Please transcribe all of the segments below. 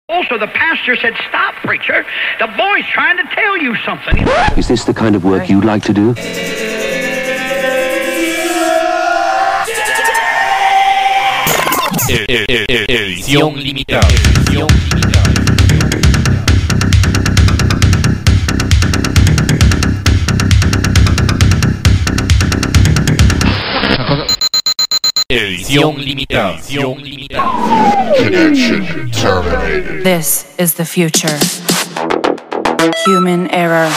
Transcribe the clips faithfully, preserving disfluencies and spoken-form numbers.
Also, the pastor said, "Stop, preacher. The boy's trying to tell you something." Is this the kind of work you'd like to do? Edición limitada. Edición limitada. Edición limitada. Edición limitada. Connection terminated. This is the future. Human error.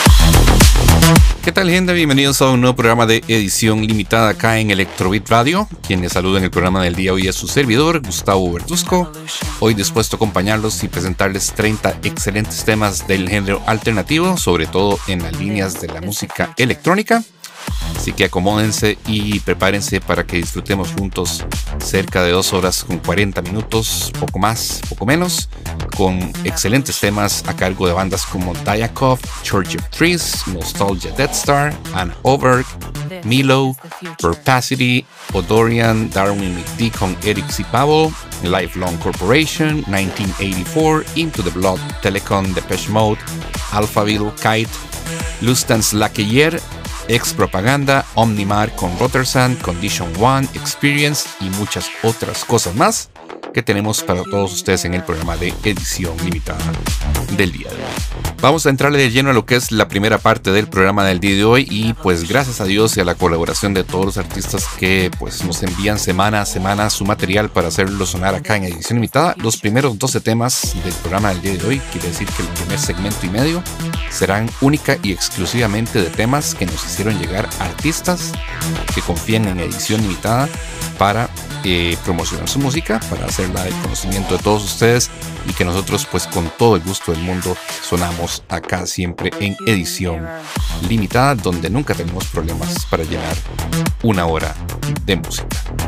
¿Qué tal, gente? Bienvenidos a un nuevo programa de edición limitada acá en Electrobit Radio. Quien les saluda en el programa del día hoy es su servidor, Gustavo Verduzco. Hoy dispuesto a acompañarlos y presentarles treinta excelentes temas del género alternativo, sobre todo en las líneas de la música electrónica. Así que acomódense y prepárense para que disfrutemos juntos cerca de dos horas con cuarenta minutos, poco más, poco menos, con excelentes temas a cargo de bandas como Diakov, Church of Trees, Nostalgia Death Star, Anna Oberg, Milo, Perpacity, Odorian, Darwin McD con Eric C. Powell, Lifelong Corporation, nineteen eighty-four, Into the Blood, Telecom, Depeche Mode, Alphaville, Kite, Lustance Lakeyer, Ex Propaganda, Omnimar con Rotersand, Condition One, Experience y muchas otras cosas más que tenemos para todos ustedes en el programa de edición limitada del día de hoy. Vamos a entrarle de lleno a lo que es la primera parte del programa del día de hoy y pues gracias a Dios y a la colaboración de todos los artistas que pues nos envían semana a semana su material para hacerlo sonar acá en edición limitada. Los primeros doce temas del programa del día de hoy, quiere decir que el primer segmento y medio serán única y exclusivamente de temas que nos hicieron llegar artistas que confían en edición limitada para eh, promocionar su música, para hacerla del conocimiento de todos ustedes y que nosotros pues con todo el gusto del mundo sonamos acá siempre en edición limitada, donde nunca tenemos problemas para llenar una hora de música.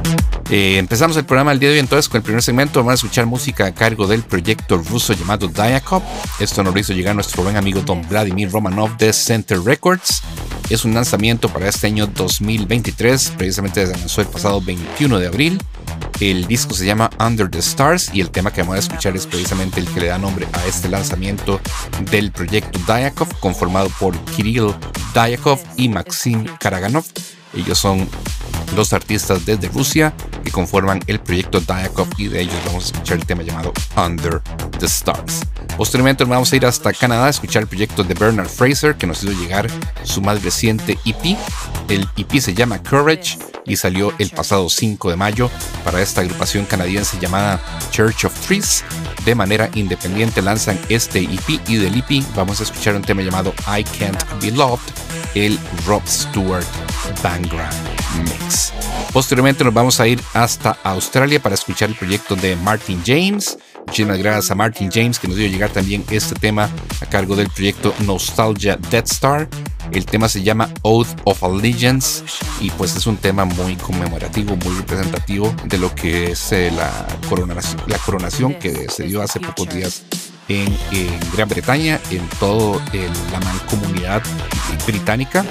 Eh, empezamos el programa del día de hoy entonces con el primer segmento. Vamos a escuchar música a cargo del proyecto ruso llamado Diakov. Esto nos lo hizo llegar nuestro buen amigo Don Vladimir Romanov de Center Records. Es un lanzamiento para este año dos mil veintitrés, precisamente se lanzó el pasado veintiuno de abril. El disco se llama Under the Stars y el tema que vamos a escuchar es precisamente el que le da nombre a este lanzamiento del proyecto Diakov, conformado por Kirill Diakov y Maxim Karaganov. Ellos son los artistas desde Rusia que conforman el proyecto Diakov y de ellos vamos a escuchar el tema llamado Under the Stars. Posteriormente nos vamos a ir hasta Canadá a escuchar el proyecto de Bernard Fraser, que nos hizo llegar su más reciente E P. El E P se llama Courage y salió el pasado cinco de mayo para esta agrupación canadiense llamada Church of Trees. De manera independiente lanzan este E P y del E P vamos a escuchar un tema llamado I Can't Be Loved, el Rob Stewart Background Mix. Posteriormente nos vamos a ir hasta Australia para escuchar el proyecto de Martin James. Muchísimas gracias a Martin James que nos dio llegar también este tema a cargo del proyecto Nostalgia Death Star. El tema se llama Oath of Allegiance y pues es un tema muy conmemorativo, muy representativo de lo que es eh, la, coronación, la coronación que se dio hace pocos días en, en Gran Bretaña, en toda la mancomunidad británica.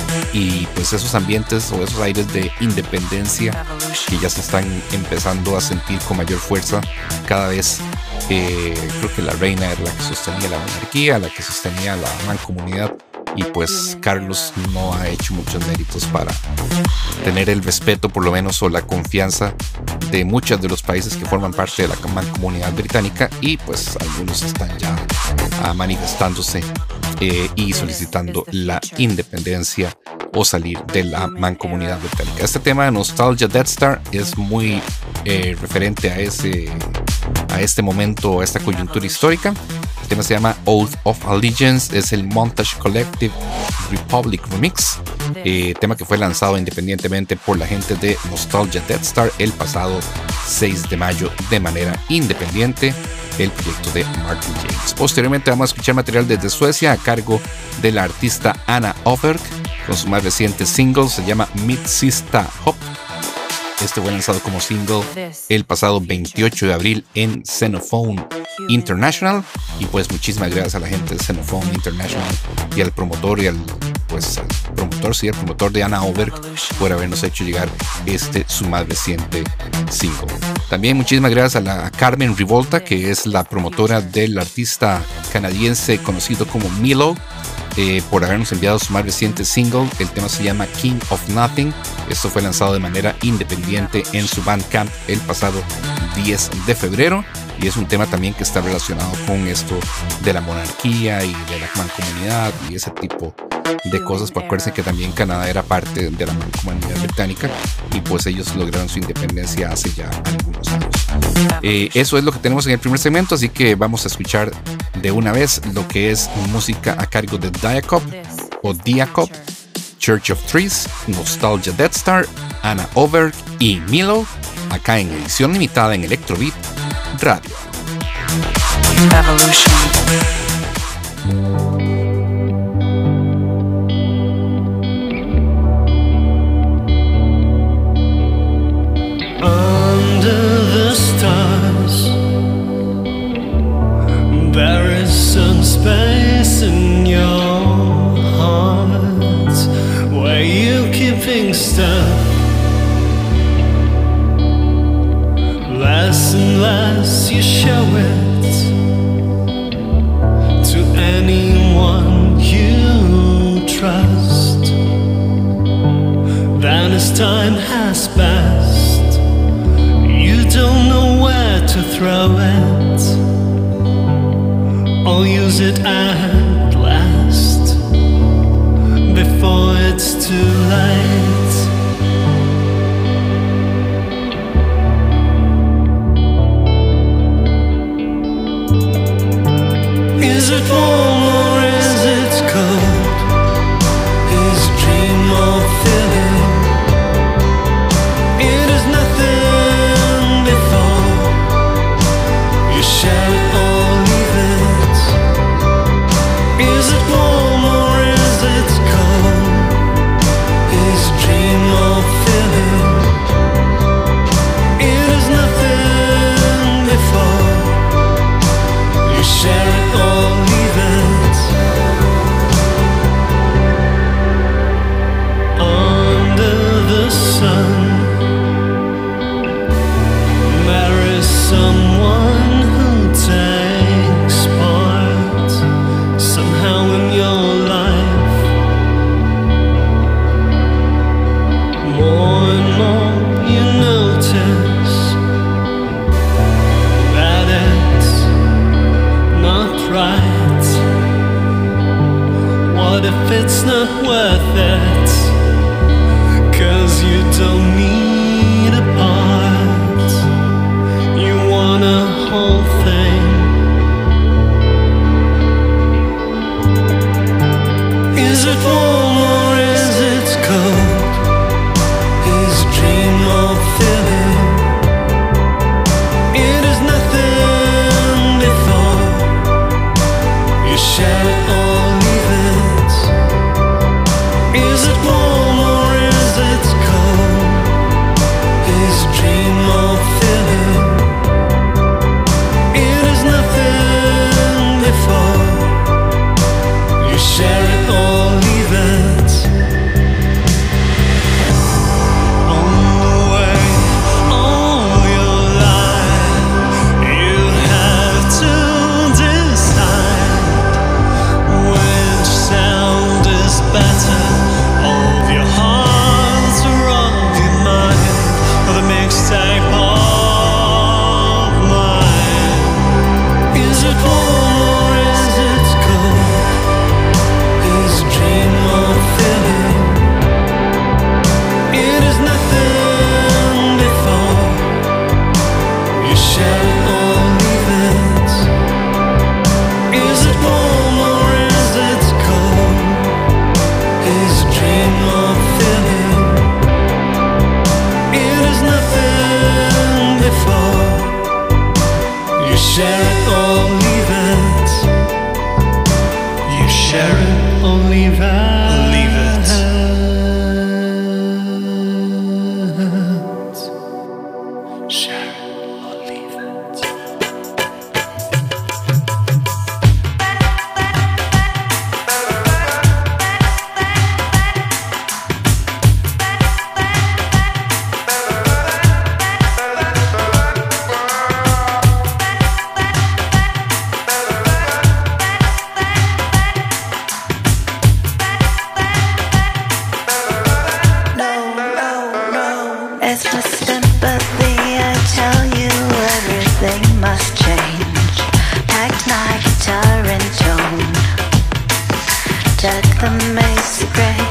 Y pues esos ambientes o esos aires de independencia que ya se están empezando a sentir con mayor fuerza cada vez. Eh, creo que la reina era la que sostenía la monarquía, la que sostenía la mancomunidad. Y pues Carlos no ha hecho muchos méritos para tener el respeto, por lo menos, o la confianza de muchos de los países que forman parte de la mancomunidad británica. Y pues algunos están ya uh, manifestándose eh, y solicitando la independencia o salir de la mancomunidad británica. Este tema de Nostalgia Death Star es muy eh, referente a ese a este momento, a esta coyuntura histórica. El tema se llama Oath of Allegiance, es el Montage Collective Republic Remix, eh, tema que fue lanzado independientemente por la gente de Nostalgia Death Star el pasado seis de mayo de manera independiente, el proyecto de Martin James. Posteriormente vamos a escuchar material desde Suecia a cargo de la artista Anna Oberg con su más reciente single, se llama Midsista Hop. Este fue lanzado como single el pasado veintiocho de abril en Xenophone International. Y pues muchísimas gracias a la gente de Xenophone International y al promotor y al pues al promotor, sí, al promotor de Anna Oberg por habernos hecho llegar este su más reciente single. También muchísimas gracias a la a Carmen Rivolta, que es la promotora del artista canadiense conocido como Milo, eh, por habernos enviado su más reciente single. El tema se llama King of Nothing. Esto fue lanzado de manera independiente en su Bandcamp el pasado diez de febrero. Y es un tema también que está relacionado con esto de la monarquía y de la mancomunidad y ese tipo de cosas. Porque acuérdense que también Canadá era parte de la mancomunidad británica y pues ellos lograron su independencia hace ya algunos años. Eh, eso es lo que tenemos en el primer segmento, así que vamos a escuchar de una vez lo que es música a cargo de Diacop o Diacop, Church of Trees, Nostalgia Death Star, Anna Over y Milo, acá en edición limitada en Electrobeat Radio. Evolution. Under the stars, there is some space in your heart where you keep things stuck. Less and less you show it to anyone you trust. Then as time has passed, you don't know where to throw it, or use it at last before it's too late. Is it warm or is it cold? Is a dream or feeling? It is nothing before you share it or leave it. Is it warm or is it cold? Is a dream or feeling? It is nothing before you share it or leave it. Under the sun, there is someone who takes part somehow in your life. More and more you notice that it's not right. What if it's not worth it? 'Cause you don't need a part, you want a whole thing. Is it warm or is it cold? Is a dream or feeling? It is nothing before you share it or leave it. Is it warm or is it cold? Is a dream or feeling? It is nothing before you share it or leave it. On the way, all your life, you have to decide which sound is better, of your heart or of your mind, or the mixtape of mine. Is it warm or is it cold? Is a dream or feeling? It is nothing before you share it or leave it. Is it warm or is it cold? Is a dream or feeling? It is nothing before you share it or leave it. You share it or leave it. Leave it. Share it or leave it. the mazy grey.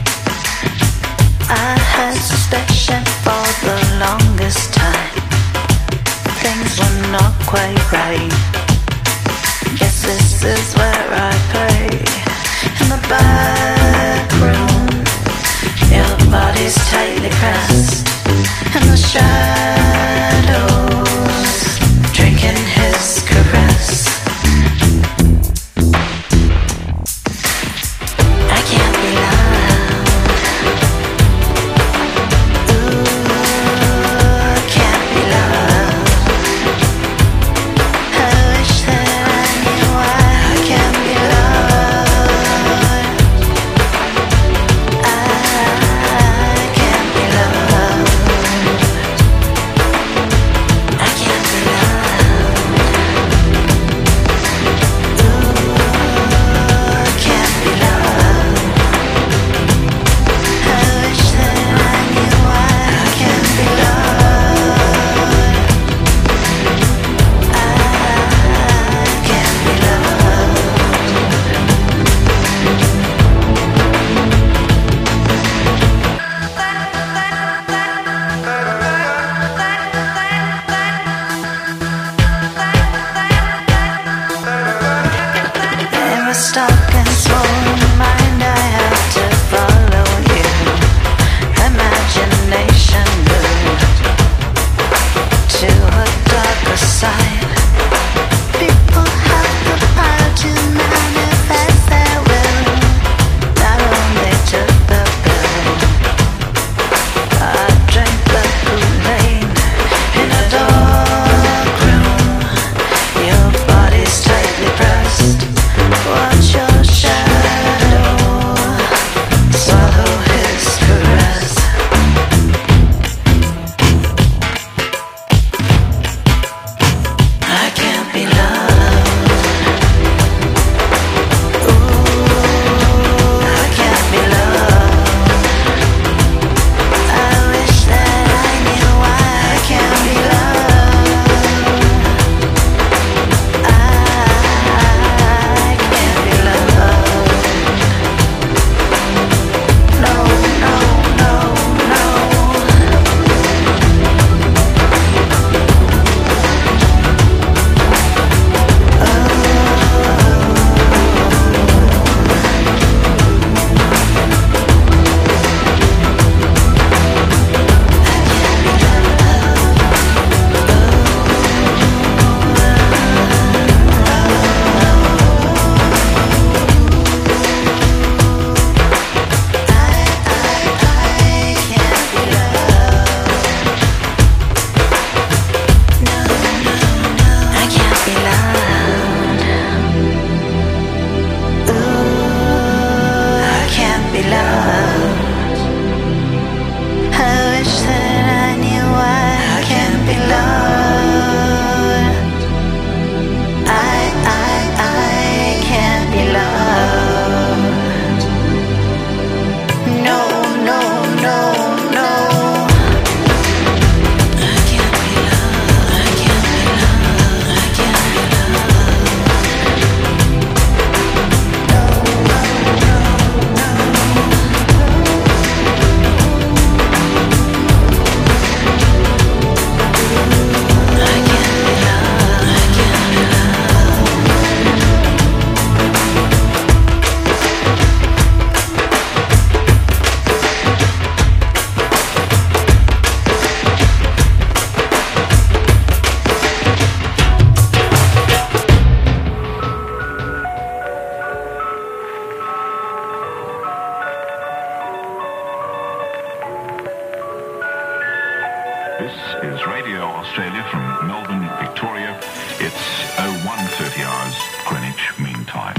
I had suspicion for the longest time. Things were not quite right. Guess this is where I play. In the back room, your body's tightly pressed. In the shadows, drinking his caress. I can't be loved. Ooh, I can't be loved. I wish that I knew why I can't be loved. I can't be loved. I can't be loved. Ooh, I can't be loved. I wish that I knew why I can't be loved. I can't be loved. In my stuck and swollen mind, I have to follow you. Imagination moved to a darker side. People have the power to manifest their will. Not only took the pill, I drank the Kool-Aid in a dark room. Your body's tightly pressed. Watch your shadow swallow his caress. I can't be loved. Ooh, I can't be loved. I wish that I knew why I can't be loved. I can't be loved. No, no, no, no. I can't be loved. Ooh, I can't be loved. I wish that I knew why I can't be loved. I, I, I can't be loved. No, no, no, no. I can't be loved. I can't be loved. I can't be loved. No, no, no, no. I can't be loved. I can't be loved. This is Radio Australia from Melbourne, Victoria. It's oh one thirty hours Greenwich Mean Time.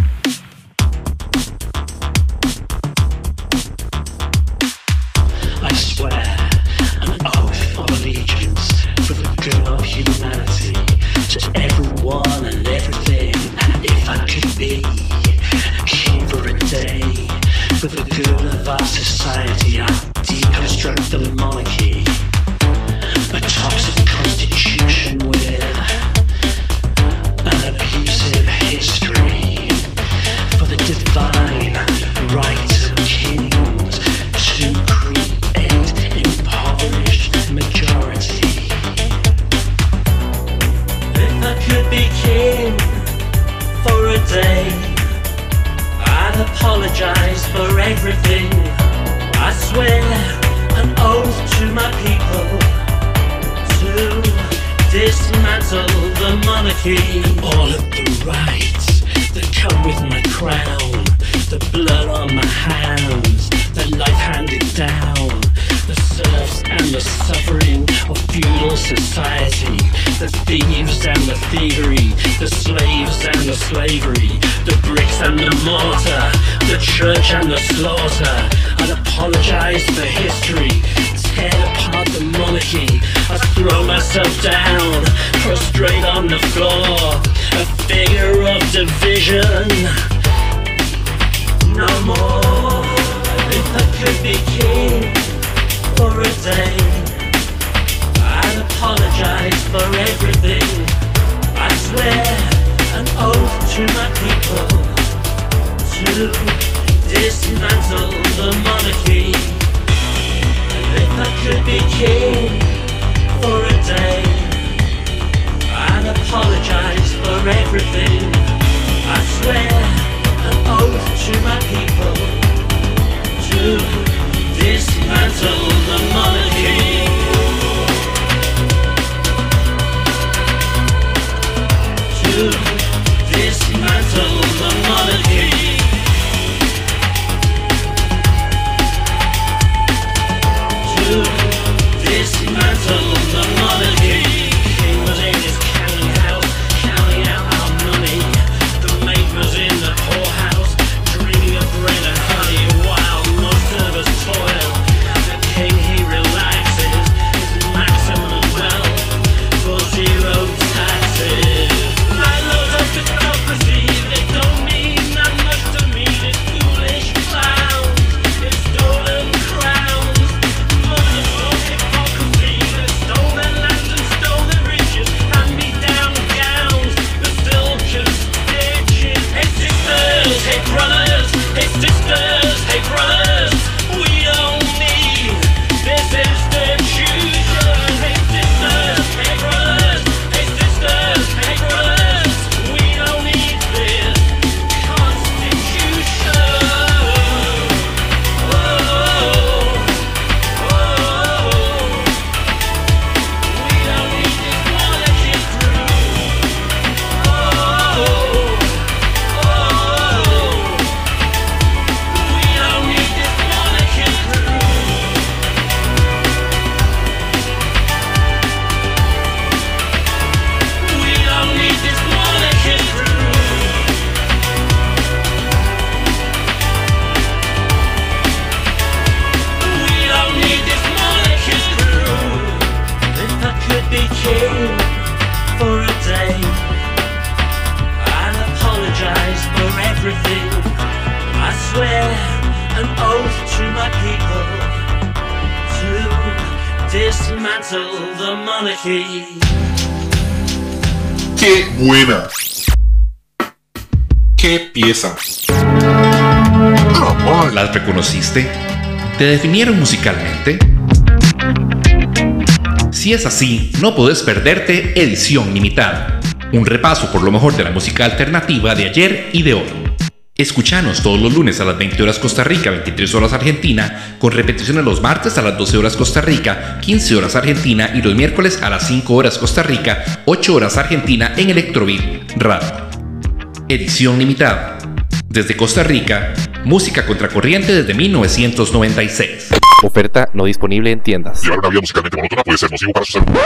I swear an oath of allegiance for the good of humanity, to everyone and everything. If I could be king for a day, for the good of our society, I'd deconstruct the monarchy, a toxic constitution with an abusive history, for the divine right everything. I swear an oath to my people to dismantle the monarchy. All of the rights that come with my crown, the blood on my hands, the life handed down, the serfs and the suffering of feudal society, the thieves and the thievery, the slaves and the slavery, the bricks and the mortar, the church and the slaughter. I'd apologize for history, tear apart the monarchy. I throw myself down, prostrate on the floor, a figure of division. No more. If I could be king for a day, I'd apologize for everything. I swear an oath to my people to dismantle the monarchy. If I could be king for a day, I'd apologize for everything. I swear an oath to my people to dismantle the monarchy. To dismantle the monarchy. To dismantle the monarchy. King was in his counting house, counting out our money. The maid was in the poorhouse, dreaming of bread and honey, while most of us toil. The king, he relaxes his maximum wealth for zero taxes. Landlords of hypocrisy, they don't mean that much to me. They're foolish clowns, it's stolen crowns. Mothers of hypocrisy, they stole their land and stole their riches. Hand-me-down gowns, the silken stitches. Hey sisters, hey brothers, hey sisters, hey brothers, we don't need this institution. Hey sisters, hey brothers, hey sisters, hey brothers, we don't need this constitution. Oh, oh, we don't need this monarchy screw. Oh, oh, we don't need this monarchy screw. We don't need this monarchy screw. We don't need this monarchy screw. If I could be king for a day, I'd apologize for everything. I swear an oath to my people to dismantle the monarchy. ¡Qué buena! ¡Qué pieza! ¡Amor! ¿Las reconociste? ¿Te definieron musicalmente? Si es así, no podés perderte Edición Limitada, un repaso por lo mejor de la música alternativa de ayer y de hoy. Escuchanos todos los lunes a las veinte horas Costa Rica, veintitrés horas Argentina, con repeticiones los martes a las doce horas Costa Rica, quince horas Argentina y los miércoles a las cinco horas Costa Rica, ocho horas Argentina en Electrobeat Radio. Edición Limitada. Desde Costa Rica, música contracorriente desde mil novecientos noventa y seis. Oferta no disponible en tiendas. Llevar una vida musicalmente monótona puede ser nocivo para su salud.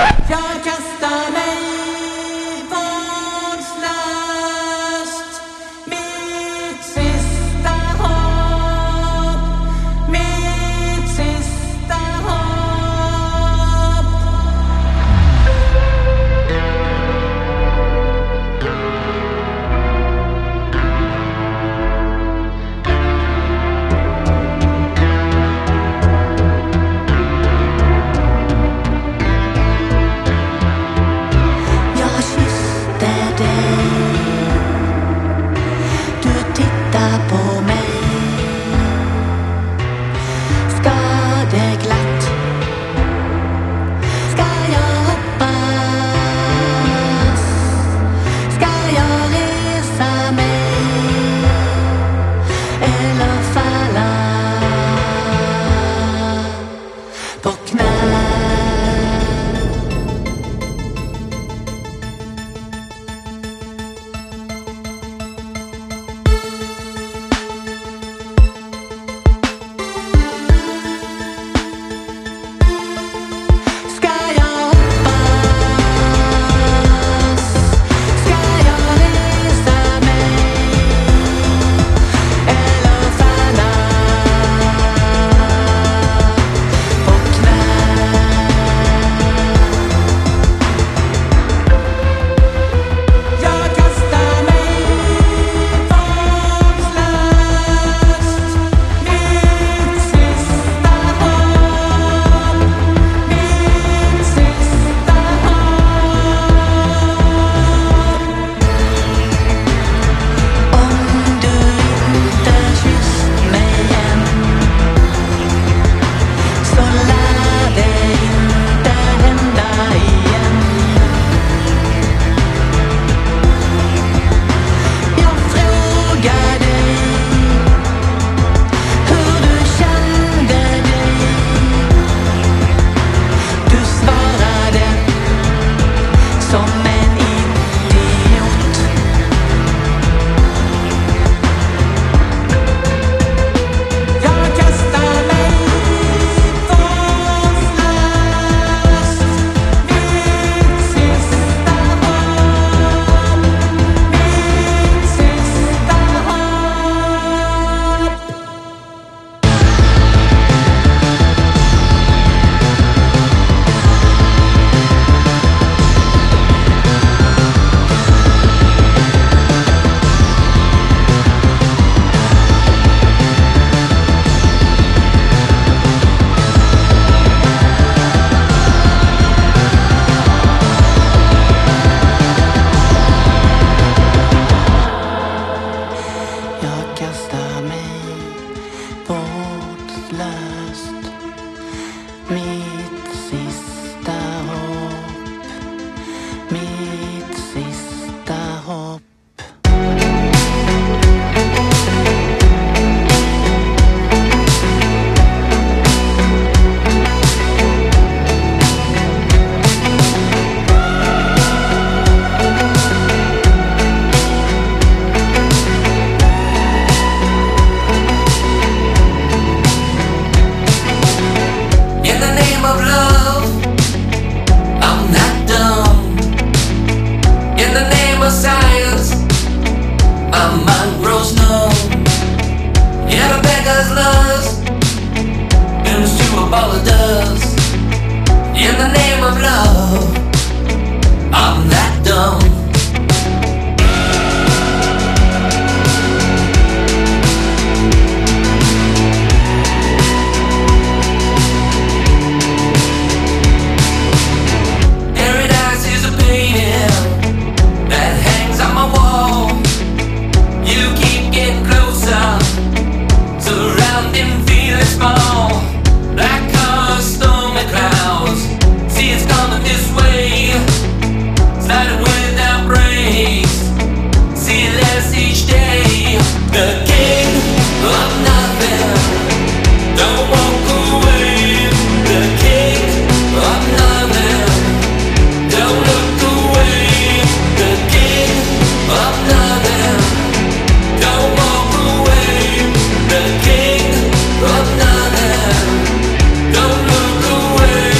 each day. The king of nothing. Don't walk away. The king of nothing. Don't look away. The king of nothing. Don't walk away. The king of nothing. Don't look away.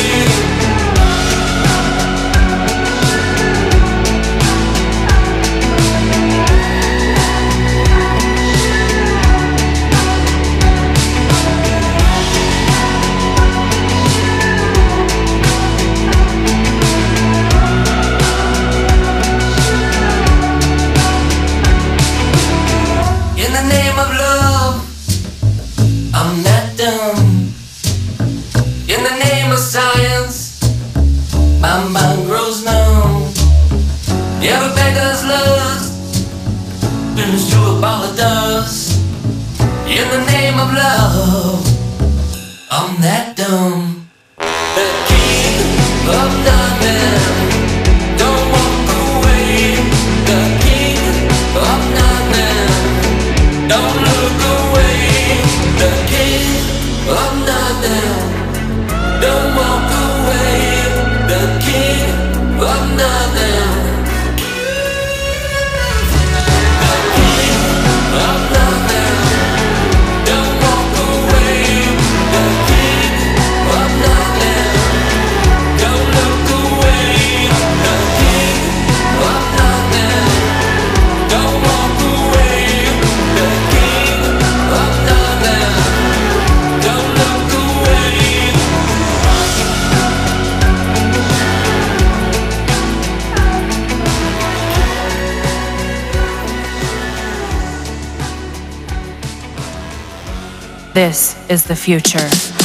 In the name of love, I'm not dumb. In the name of science, my mind grows numb. You ever beggar's lust turns to a ball of dust. In the name of love, I'm that dumb. The king of nothing. Don't walk away. The king of nothing. Don't look away. The king of nothing. Don't walk away. The king of nothing. The king of nothing. Don't walk away. The king of nothing. Don't look away. The king of nothing. Don't walk away. The king of nothing. Don't look away. This is the future.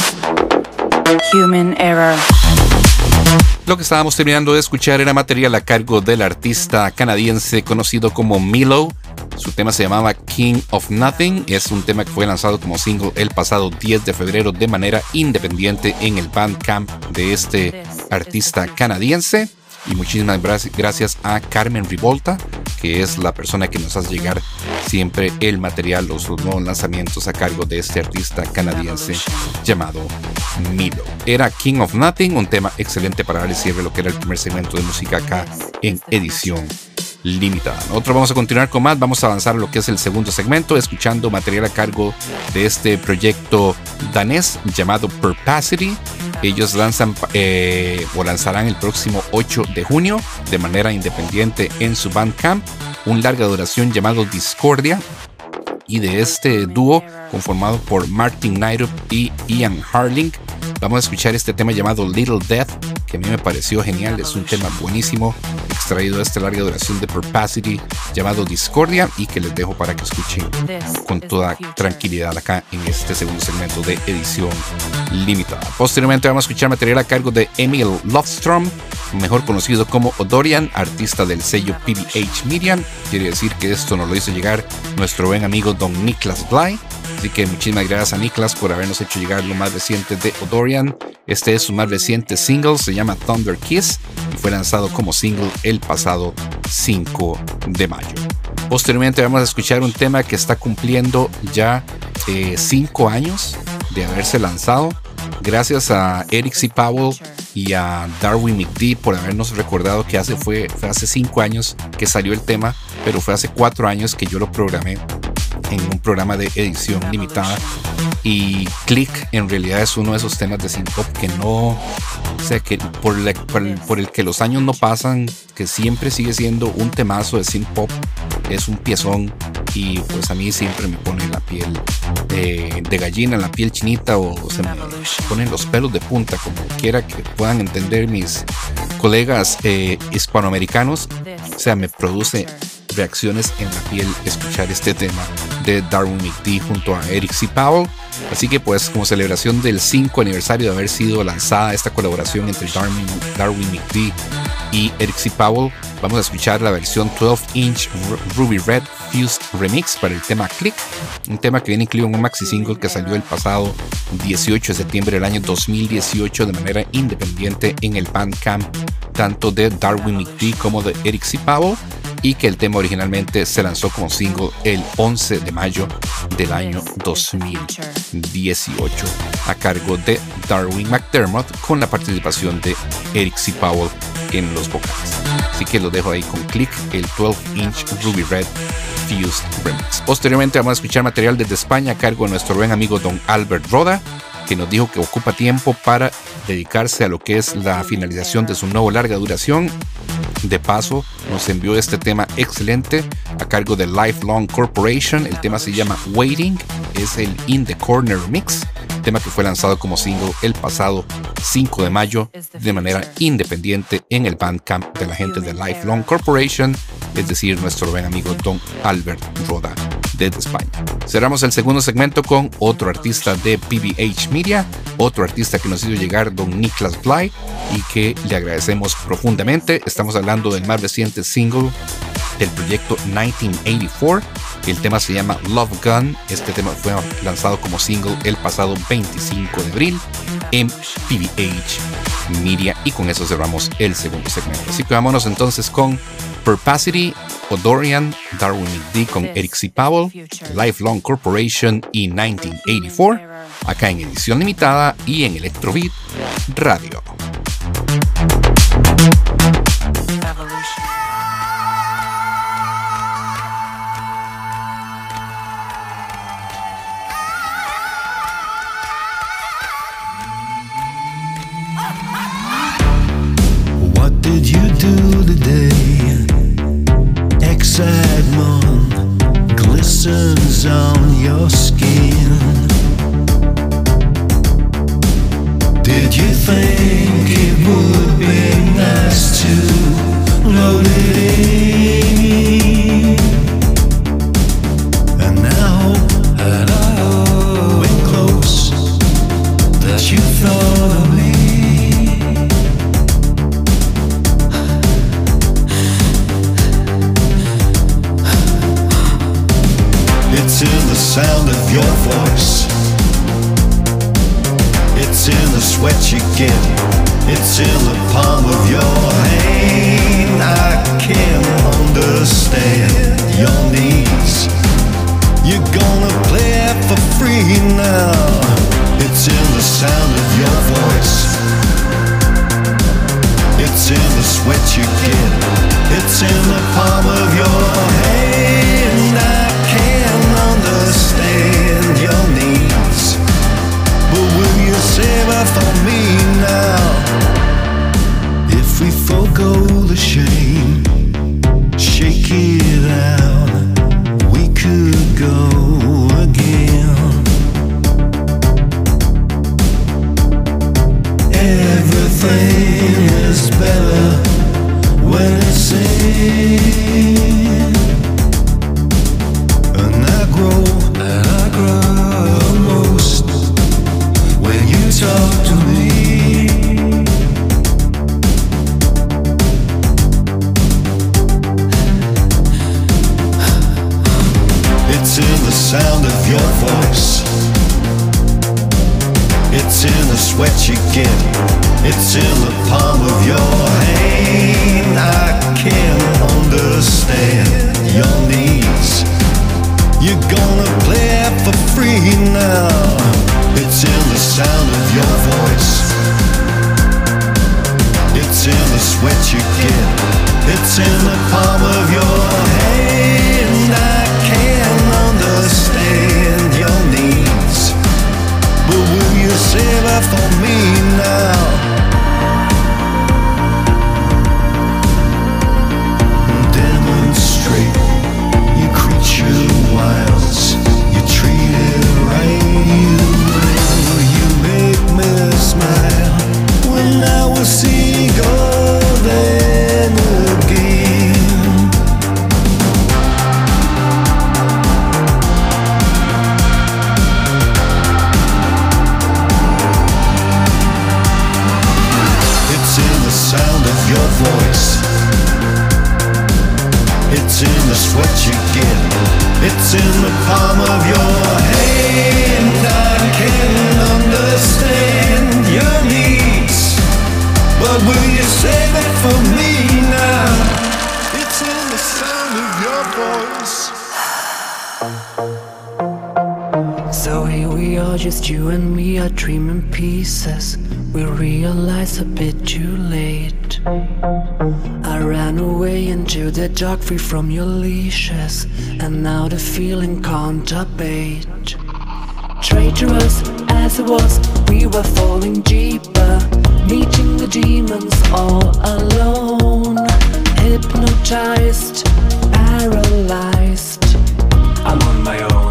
Human error. Lo que estábamos terminando de escuchar era material a cargo del artista canadiense conocido como Milo. Su tema se llamaba King of Nothing. Es un tema que fue lanzado como single el pasado diez de febrero de manera independiente en el Bandcamp de este artista canadiense. Y muchísimas gracias a Carmen Rivolta, que es la persona que nos hace llegar siempre el material, los nuevos lanzamientos a cargo de este artista canadiense llamado Milo. Era King of Nothing, un tema excelente para darle cierre lo que era el primer segmento de música acá en edición limitada. Nosotros vamos a continuar con más, vamos a avanzar a lo que es el segundo segmento, escuchando material a cargo de este proyecto danés llamado Perpacity. Ellos lanzan eh, o lanzarán el próximo ocho de junio de manera independiente en su Bandcamp un larga duración llamado Discordia, y de este dúo conformado por Martin Knightup y Ian Harling vamos a escuchar este tema llamado Little Death, que a mí me pareció genial. Es un tema buenísimo extraído de esta larga duración de Perpacity llamado Discordia, y que les dejo para que escuchen con toda tranquilidad acá en este segundo segmento de edición limitada. Posteriormente vamos a escuchar material a cargo de Emil Lofstrom, mejor conocido como Odorian, artista del sello P B H Media. Quiere decir que esto nos lo hizo llegar nuestro buen amigo Don Niklas Bly. Así que muchísimas gracias a Niklas por habernos hecho llegar lo más reciente de Odorian. Este es su más reciente single, se llama Thunder Kiss y fue lanzado como single el pasado cinco de mayo. Posteriormente vamos a escuchar un tema que está cumpliendo ya cinco eh, años de haberse lanzado. Gracias a Eric C. Powell y a Darwin McD por habernos recordado que hace, fue, fue hace cinco años que salió el tema, pero fue hace cuatro años que yo lo programé en un programa de edición limitada. Y Click en realidad es uno de esos temas de synth pop que no, o sea, que por, la, por, el, por el que los años no pasan, que siempre sigue siendo un temazo de synth pop. Es un piezón y pues a mí siempre me pone la piel de, de gallina, la piel chinita, o se me ponen los pelos de punta, como quiera que puedan entender mis colegas eh, hispanoamericanos. O sea, me produce reacciones en la piel escuchar este tema de Darwin McD junto a Eric C. Powell. Así que pues como celebración del cinco aniversario de haber sido lanzada esta colaboración entre Darwin, Darwin McD y Eric C. Powell, vamos a escuchar la versión doce inch Ruby Red Fused Remix para el tema Click, un tema que viene incluido en un maxi single que salió el pasado dieciocho de septiembre del año dos mil dieciocho de manera independiente en el Bandcamp tanto de Darwin McD como de Eric C. Powell. y que el tema originalmente se lanzó como single el once de mayo del año dos mil dieciocho a cargo de Darwin McDermott, con la participación de Eric C. Powell en los vocales. Así que lo dejo ahí con Click, el doce inch Ruby Red Fused Remix. Posteriormente vamos a escuchar material desde España a cargo de nuestro buen amigo Don Albert Roda, que nos dijo que ocupa tiempo para dedicarse a lo que es la finalización de su nuevo larga duración. De paso, nos envió este tema excelente a cargo de Lifelong Corporation. El tema se llama Waiting, es el In the Corner Mix, tema que fue lanzado como single el pasado cinco de mayo de manera independiente en el Bandcamp de la gente de Lifelong Corporation, es decir, nuestro buen amigo Don Albert Roda desde España. Cerramos el segundo segmento con otro artista de P B H Media, otro artista que nos hizo llegar Don Niklas Bly y que le agradecemos profundamente. Estamos hablando del más reciente single del proyecto mil novecientos ochenta y cuatro. El tema se llama Love Gun. Este tema fue lanzado como single el pasado veinticinco de abril en P B H Media, y con eso cerramos el segundo segmento. Así que vámonos entonces con Perpacity, Odorian, Darwin McD con Eric C. Powell, Lifelong Corporation y mil novecientos ochenta y cuatro, acá en edición limitada y en Electrobeat Radio. What did you do today? Excitement glistens on your skin. Did you think it would be nice to load it in? And now that I went close, that you thought of me. It's in the sound of your voice. It's in the sweat you get. It's in the palm of your hand. I can understand your needs. You're gonna play it for free now. It's in the sound of your voice. It's in the sweat you get. It's in the palm of your hand. I can understand your needs, but will you save it for me now? If we forego the shame, shake it out, we could go again. Everything is better when it's in. And I grow, and I grow most when you talk to me. It's in the sound of your voice. It's in the sweat you get. It's in the palm of your hand. I can understand your needs. You're gonna play it for free now. It's in the sound of your voice. It's in the sweat you get. It's in the palm of your hand. I can understand your needs, but will you save it for me now? Demonstrate your creature wilds. You treat it right. You, you make me smile when I will see golden again. It's in the sound of your voice. It's in the sweat you get. It's in the palm of your hand. I can understand your needs, but will you save it for me now? It's in the sound. Here we are, just you and me, our dream in pieces. We realize a bit too late. I ran away into the dark, free from your leashes, and now the feeling can't abate. Traitorous as it was, we were falling deeper, meeting the demons all alone. Hypnotized, paralyzed, I'm on my own.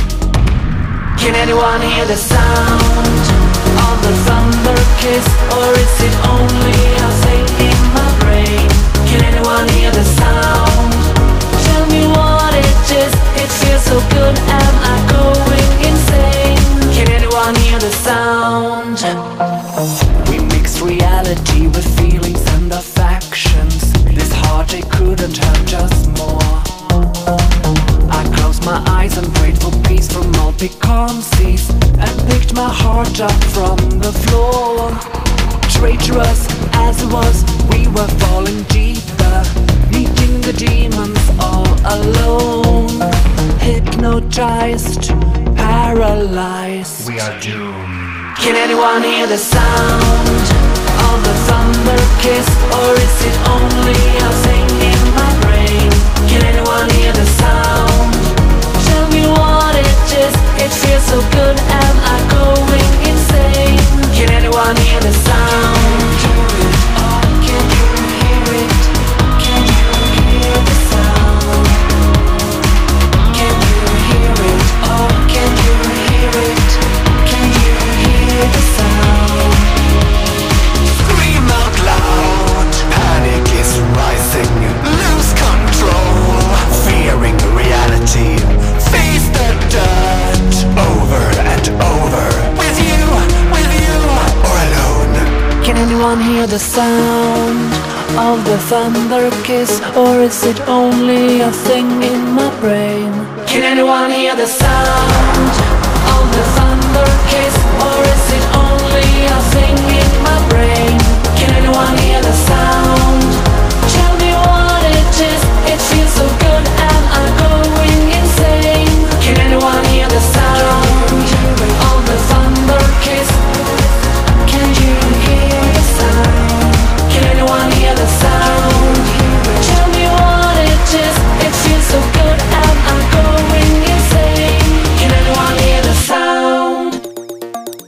Can anyone hear the sound of the thunder kiss, or is it only a thing in my brain? Can anyone hear the sound? Tell me what it is, it feels so good, am I going insane? Can anyone hear the sound? We mixed reality with feelings and affections. This heartache couldn't hurt us more. I closed my eyes and prayed for peace from all become seas, and picked my heart up from the floor. Traitorous as it was, we were falling deeper, meeting the demons all alone. Hypnotized, paralyzed, we are doomed. Can anyone hear the sound of the thunder kiss, or is it only a thing in my brain? Can anyone hear the sound? Tell me what it is, it feels so good, am I going insane? Can anyone hear the sound? Can you hear it? Can you hear the sound? Can you hear it? Oh, can you hear it? Can you hear the sound? Scream out loud, panic is rising, lose control, fearing reality, face the dirt, over and over, with you, with you, or alone. Can anyone hear the sound of the thunder kiss, or is it only a thing in my brain? Can anyone hear the sound of the thunder kiss, or is it only a thing in my brain? Can anyone hear the sound? Tell me what it is, it feels so good, am I going insane? Can anyone hear the sound of the thunder kiss? Can you hear the sound? Can anyone hear the sound? Tell me what it is, it feels so good, am I going insane? Can anyone hear the sound?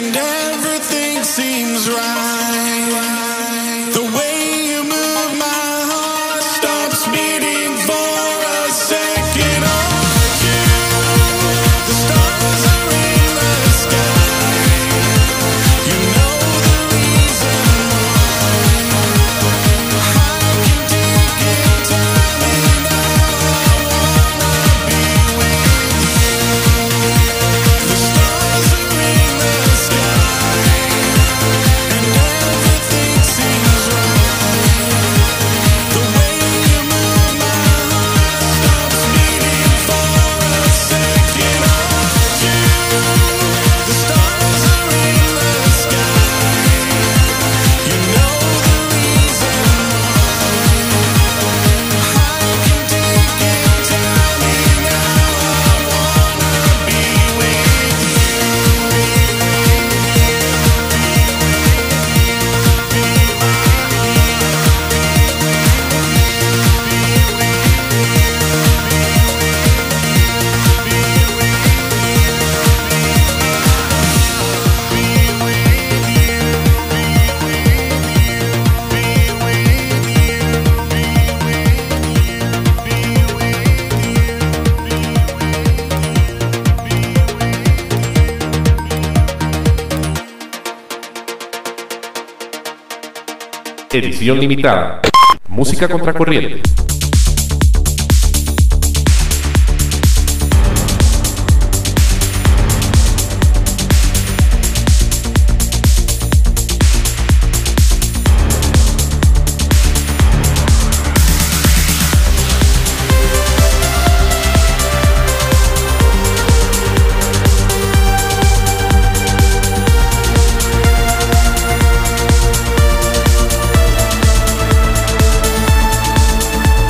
and everything seems right. The way you move, my heart stops beating for a second or two. The stars are in the sky. You know the reason why. I can take it, tell me now. I wanna be with you. The stars are in the sky, and everything seems right. The way you move, my heart stops beating for a second or two. The stars are in the sky. You know the reason why. I can take it, tell me now. I wanna be with Edición limitada. Música contracorriente. you.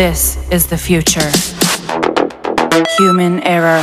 This is the future. Human error.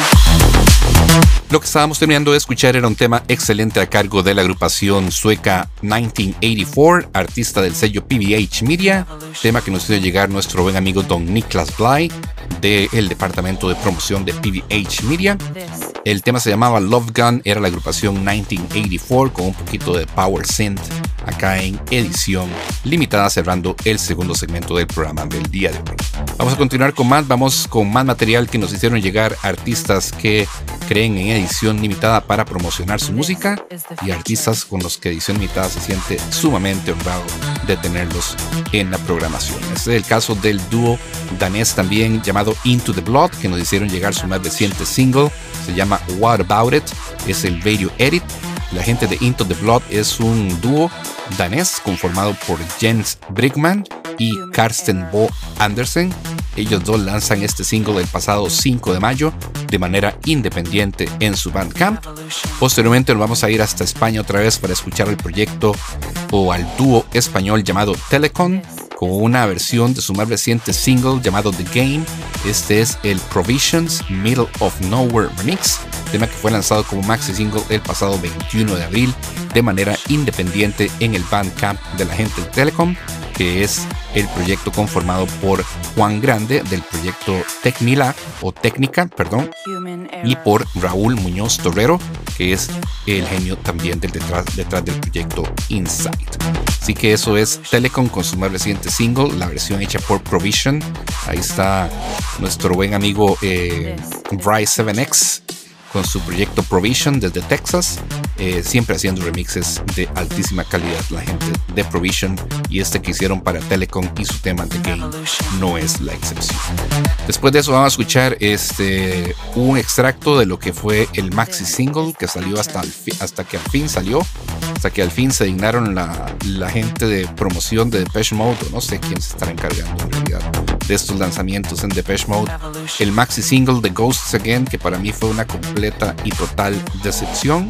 Lo que estábamos terminando de escuchar era un tema excelente a cargo de la agrupación sueca mil novecientos ochenta y cuatro, artista del sello P V H Media, tema que nos hizo llegar nuestro buen amigo Don Niklas Bly del departamento de promoción de P V H Media. El tema se llamaba Love Gun, era la agrupación mil novecientos ochenta y cuatro con un poquito de power synth acá en edición limitada, cerrando el segundo segmento del programa del día de hoy. Vamos a continuar con más, vamos con más material que nos hicieron llegar artistas que creen en edición limitada para promocionar su música y artistas con los que edición limitada se siente sumamente honrado de tenerlos en la programación. Este es el caso del dúo danés también llamado Into the Blood, que nos hicieron llegar su más reciente single, se llama What About It, es el radio edit. La gente de Into the Blood es un dúo danés conformado por Jens Brigman y Karsten Bo Andersen. Ellos dos lanzan este single el pasado cinco de mayo de manera independiente en su Bandcamp. Posteriormente nos vamos a ir hasta España otra vez para escuchar el proyecto o al dúo español llamado Telecom con una versión de su más reciente single llamado The Game. Este es el Provisions Middle of Nowhere Remix, tema que fue lanzado como maxi single el pasado veintiuno de abril de manera independiente en el Bandcamp de la gente de Telecom, que es el proyecto conformado por Juan Grande del proyecto Tecnila o Técnica, perdón, y por Raúl Muñoz Torrero, que es el genio también del detrás, detrás del proyecto Insight. Así que eso es Telecom con su más reciente single, la versión hecha por Provision. Ahí está nuestro buen amigo eh, Bryce seven X con su proyecto Provision desde Texas, eh, siempre haciendo remixes de altísima calidad la gente de Provision, y este que hicieron para Telecom y su tema The Game no es la excepción. Después de eso vamos a escuchar este, un extracto de lo que fue el maxi single que salió hasta, el fi- hasta que al fin salió, hasta que al fin se dignaron la, la gente de promoción de Depeche Mode, o no sé quién se estará encargando en realidad de estos lanzamientos en Depeche Mode, el maxi single de Ghosts Again, que para mí fue una completa y total decepción.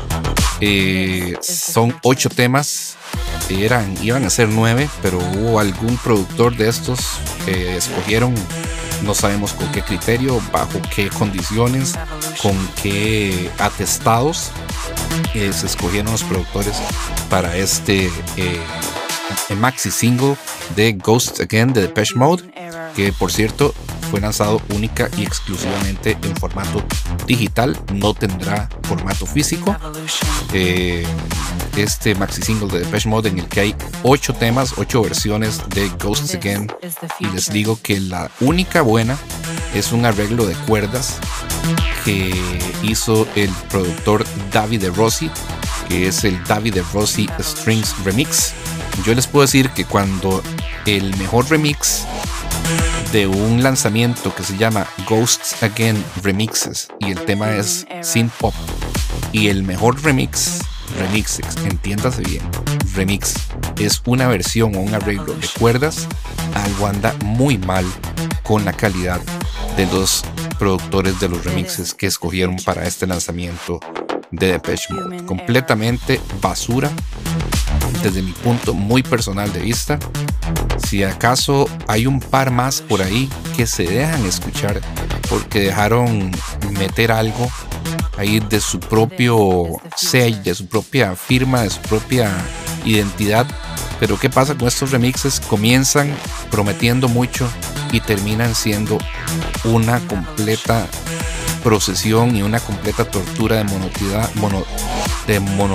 Eh, son ocho temas, eran, iban a ser nueve, pero hubo algún productor de estos que escogieron, no sabemos con qué criterio, bajo qué condiciones, con qué atestados eh, se escogieron los productores para este eh, maxi single de Ghosts Again de Depeche Mode, que por cierto fue lanzado única y exclusivamente en formato digital, no tendrá formato físico. Eh, este maxi single de Depeche Mode en el que hay ocho temas, ocho versiones de Ghosts Again, y les digo que la única buena es un arreglo de cuerdas que hizo el productor Davide Rossi, que es el Davide Rossi Strings Remix. Yo les puedo decir que cuando el mejor remix de un lanzamiento que se llama Ghosts Again Remixes y el tema es synth pop, y el mejor remix, remix, entiéndase bien, remix es una versión o un arreglo de cuerdas, algo anda muy mal con la calidad de los productores de los remixes que escogieron para este lanzamiento de Depeche Mode. Completamente basura desde mi punto muy personal de vista. Si acaso hay un par más por ahí que se dejan escuchar porque dejaron meter algo ahí de su propio sello, de su propia firma, de su propia identidad. Pero ¿qué pasa con estos remixes? Comienzan prometiendo mucho y terminan siendo una completa procesión y una completa tortura de monotidad, mono, de mono,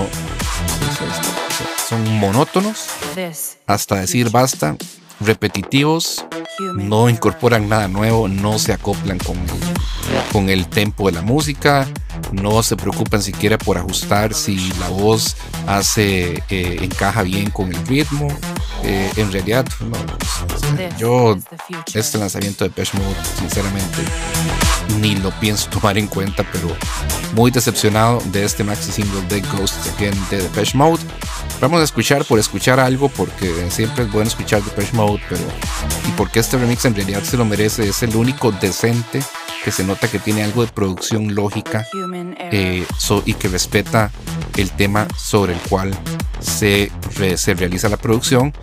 son monótonos hasta decir basta, repetitivos, no incorporan nada nuevo, no se acoplan con el, con el tempo de la música, no se preocupan siquiera por ajustar si la voz hace eh, encaja bien con el ritmo. Eh, en realidad no, yo este lanzamiento de Depeche Mode sinceramente ni lo pienso tomar en cuenta, pero muy decepcionado de este maxi single de Ghosts Again de Depeche Mode. Vamos a escuchar por escuchar algo, porque siempre es bueno escuchar Depeche Mode, pero y porque este remix en realidad se lo merece, es el único decente que se nota que tiene algo de producción lógica eh, so, y que respeta el tema sobre el cual se, re, se realiza la producción.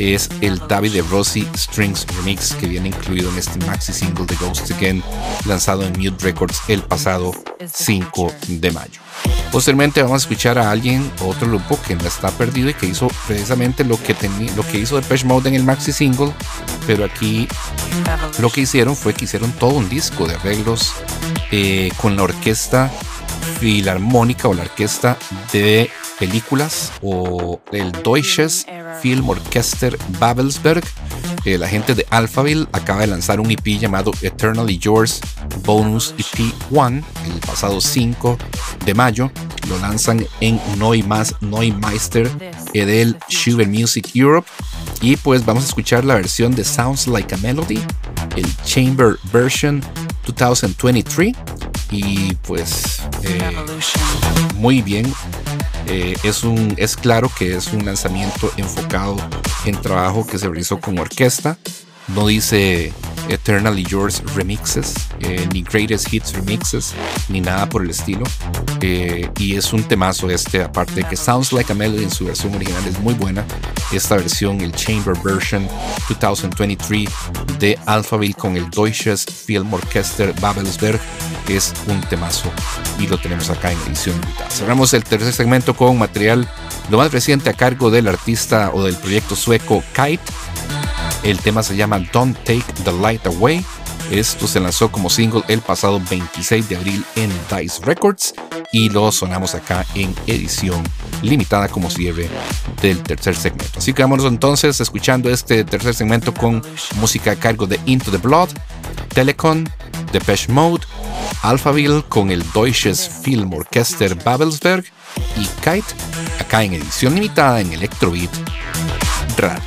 es el David de Rossi Strings Remix, que viene incluido en este maxi single de Ghost Again, lanzado en Mute Records el pasado cinco de mayo. Posteriormente vamos a escuchar a alguien, otro grupo que no está perdido y que hizo precisamente lo que, tenía, lo que hizo Depeche Mode en el maxi single, pero aquí lo que hicieron fue que hicieron todo un disco de arreglos eh, con la orquesta filarmónica o la orquesta de películas o el Deutsches Filmorchester Babelsberg. Eh, la gente de Alphaville acaba de lanzar un E P llamado Eternally Yours Bonus E P uno el pasado cinco de mayo. Lo lanzan en Neumas, Neumeister Edel Schubert Music Europe. Y pues vamos a escuchar la versión de Sounds Like a Melody, el Chamber Version dos mil veintitrés. Y pues eh, muy bien. Eh, es, un, es claro que es un lanzamiento enfocado en trabajo que se realizó con orquesta. No dice Eternally Yours Remixes, eh, ni Greatest Hits Remixes, ni nada por el estilo. Eh, y es un temazo este, aparte de que Sounds Like a Melody en su versión original es muy buena. Esta versión, el Chamber Version dos mil veintitrés de Alphaville con el Deutsches Filmorchester Babelsberg, es un temazo y lo tenemos acá en edición limitada. Cerramos el tercer segmento con material lo más reciente a cargo del artista o del proyecto sueco Kite. El tema se llama Don't Take the Light Away. Esto se lanzó como single el pasado veintiséis de abril en Dice Records y lo sonamos acá en edición limitada como cierre del tercer segmento. Así que vámonos entonces escuchando este tercer segmento con música a cargo de Into the Blood, Telecon, Depeche Mode, Alphaville con el Deutsches Filmorchester Babelsberg y Kite, acá en edición limitada en Electrobeat Radio.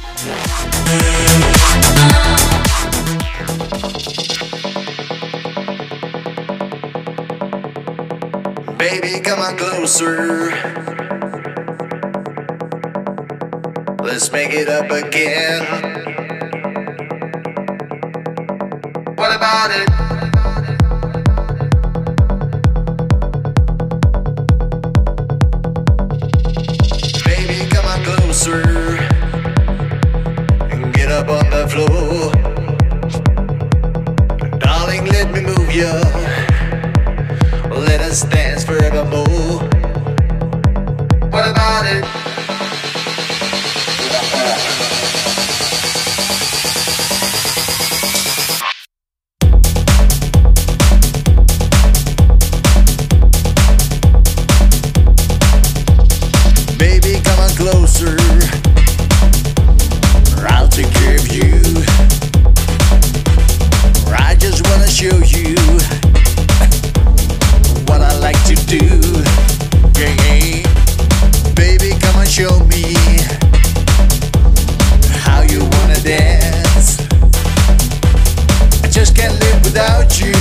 Baby, come on closer. Let's make it up again. What about it? Baby, come on closer and get up on the floor. Darling, let me move you. Let us dance forevermore. What about it? Baby, come on closer. I'll take care of you. I just wanna show you what I like to do. Yeah, yeah. Baby, come and show me how you wanna dance. I just can't live without you.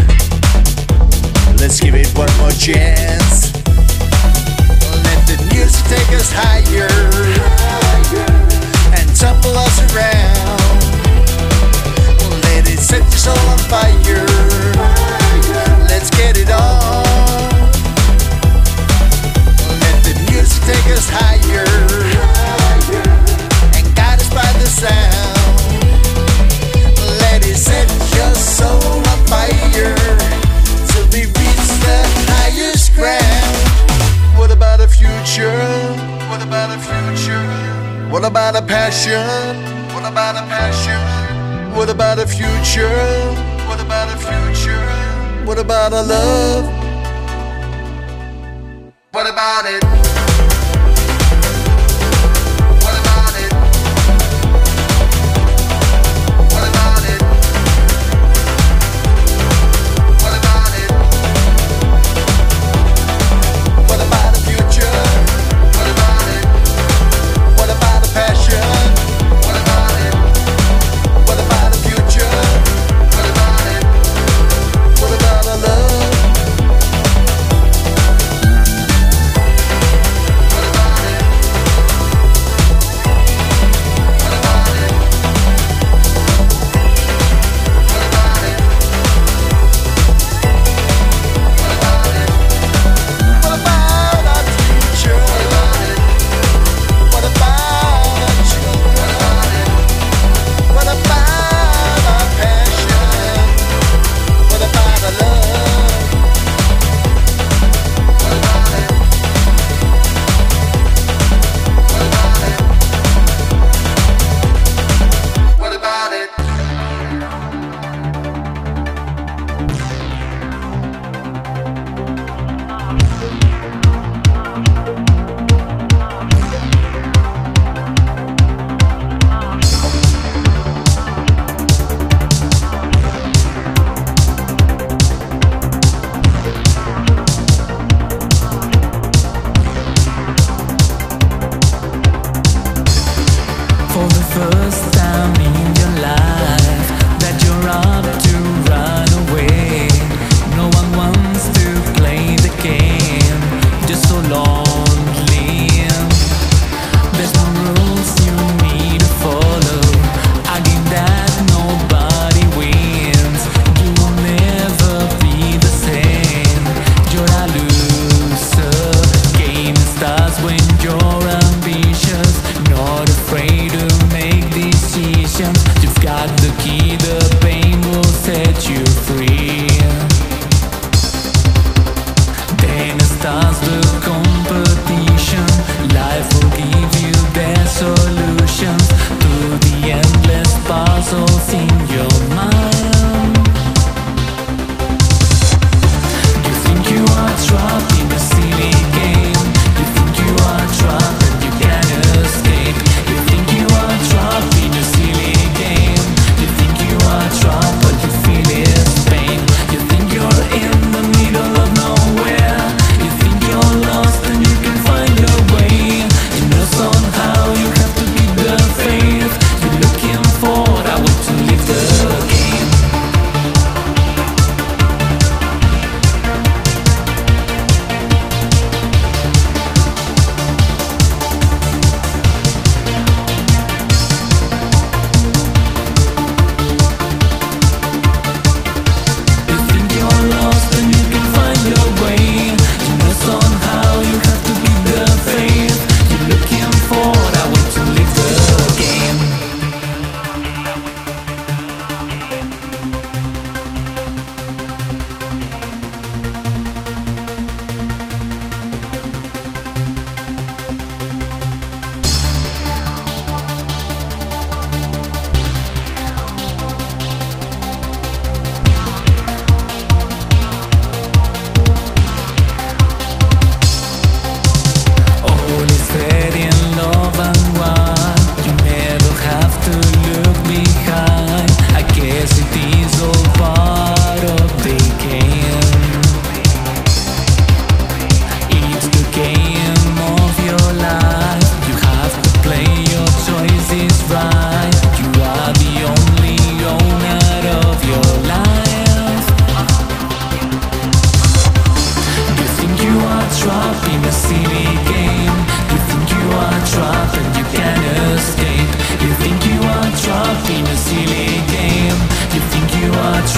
Let's give it one more chance. Let the music take us higher and tumble us around. Let it set your soul on fire. Let's get it on. Let the music take us higher and guide us by the sound. Let it set your soul on fire till we reach the highest ground. What about a future? What about a future? What about a passion? What about a passion? What about a future? What about a future? What about our love? What about it? What about it? What about it? What about it? What about the future? What about it? What about the passion? What about it? What about the future? What about it? What about our love?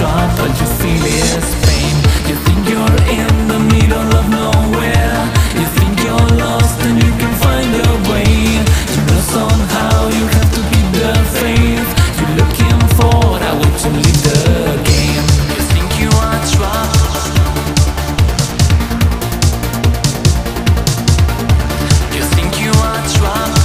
drop, but you feel its pain. You think you're in the middle of nowhere. You think you're lost and you can find a way. You know somehow you have to keep the faith. You're looking for a way to leave the game. You think you are trapped. You think you are trapped.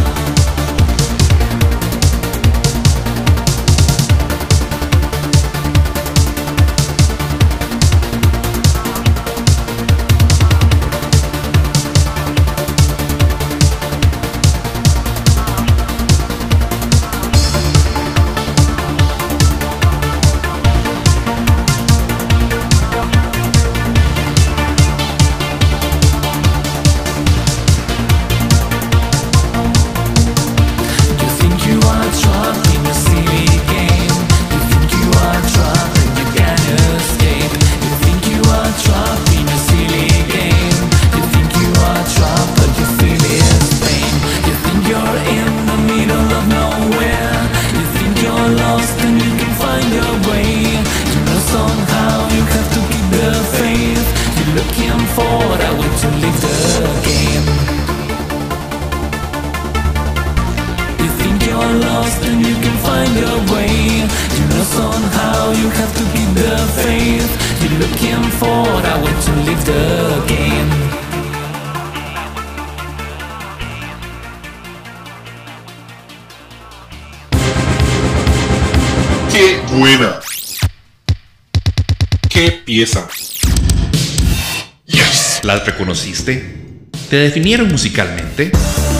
¡Qué buena! ¡Qué pieza! Yes. ¿Las reconociste? ¿Te definieron musicalmente?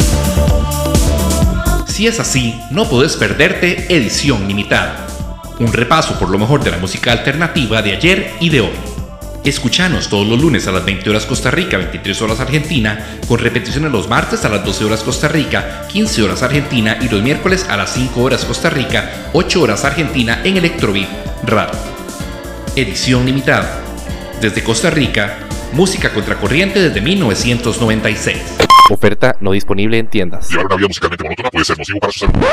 Si es así, no podés perderte Edición Limitada, un repaso por lo mejor de la música alternativa de ayer y de hoy. Escuchanos todos los lunes a las veinte horas Costa Rica, veintitrés horas Argentina, con repeticiones los martes a las doce horas Costa Rica, quince horas Argentina y los miércoles a las cinco horas Costa Rica, ocho horas Argentina en Electrobeat Radio. Edición Limitada. Desde Costa Rica, música contracorriente desde mil novecientos noventa y seis. Oferta no disponible en tiendas. Llevar una vida musicalmente monótona puede ser nocivo para su salud.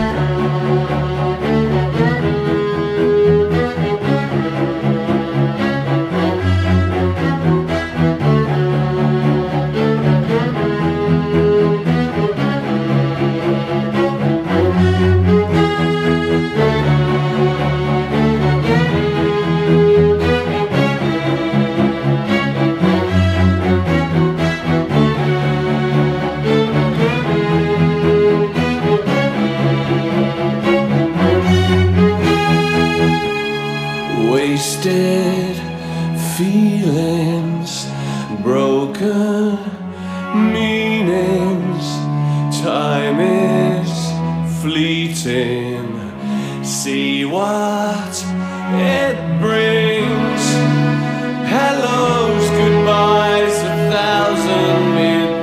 Wasted feelings, broken meanings. Time is fleeting. See what it brings. Hellos, goodbyes, a thousand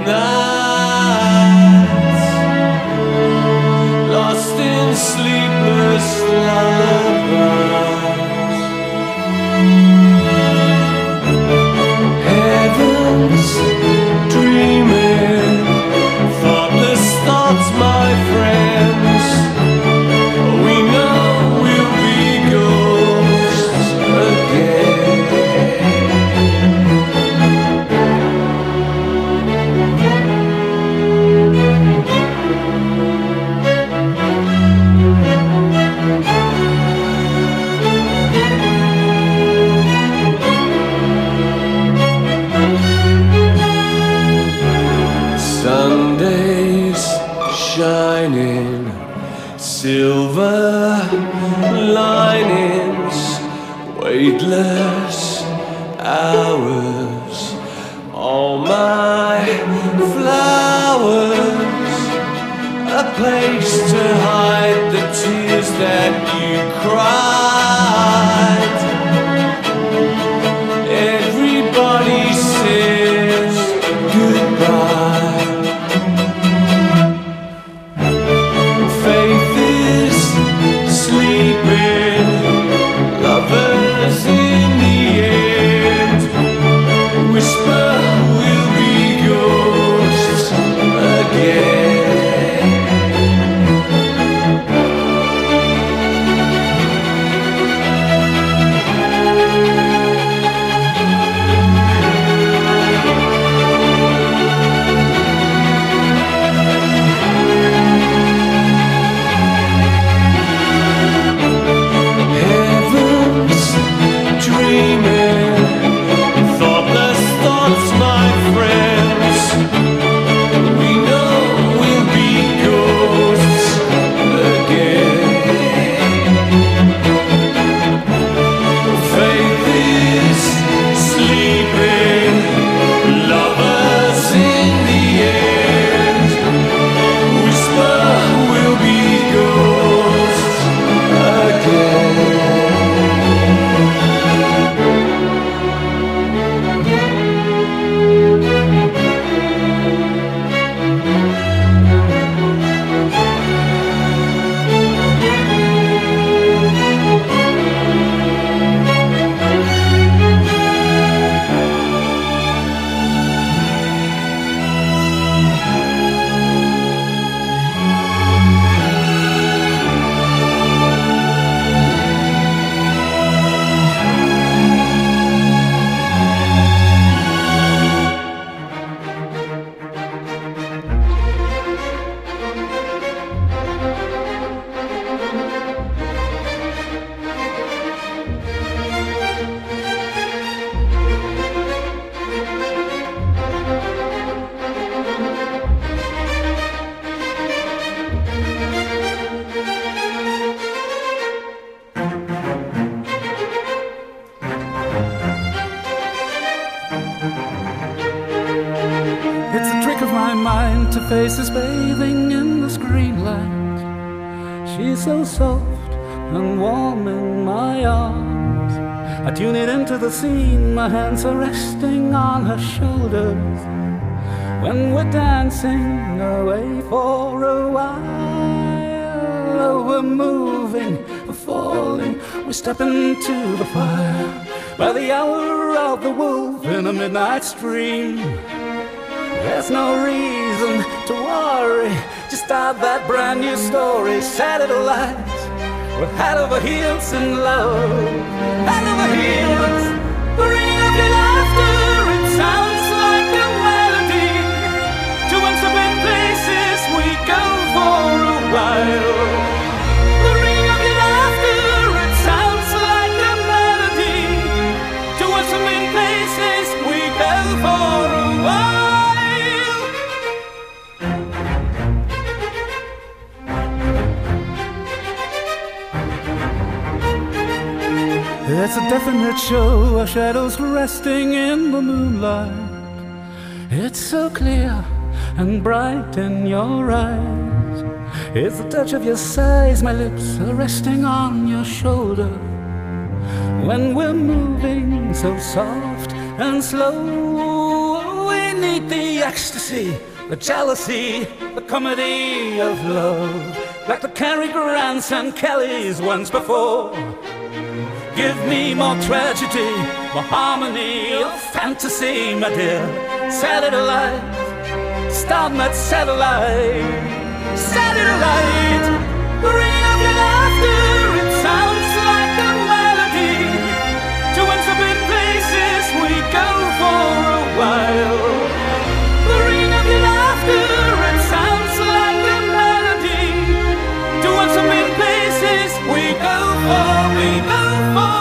midnights. Lost in sleepless lullabies. Heavens dreaming, thoughtless thoughts, my friends. We know we'll be ghosts again. Sundays shining, silver linings, weightless hours, all my flowers, a place to hide the tears that you cried. Everybody says goodbye. Faith is sleeping, lovers in the end. Whisper we'll be ghosts again. winter faces bathing in the screen light. She's so soft and warm in my arms. I tune it into the scene, my hands are resting on her shoulders. When we're dancing away for a while, oh, we're moving, we're falling, we step into the fire. By the hour of the wolf in a midnight stream, there's no reason to worry, just start that brand new story, set it alight. We're head over heels in love, head over heels. The ring of your laughter, it sounds like a melody. To uncertain places we go for a while. The ring of your laughter, it sounds like a melody. To uncertain places we go for a while. It's a definite show, our shadows resting in the moonlight. It's so clear and bright in your eyes. It's the touch of your sighs, my lips are resting on your shoulder. When we're moving so soft and slow, we need the ecstasy, the jealousy, the comedy of love, like the Cary Grants and Kellys once before. Give me more tragedy, more harmony of fantasy, my dear. Satellite, start that satellite, satellite. The ring of your laughter, it sounds like a melody. To uncertain places we go for a while. The ring of your laughter, it sounds like a melody. To uncertain places we go for, we go for.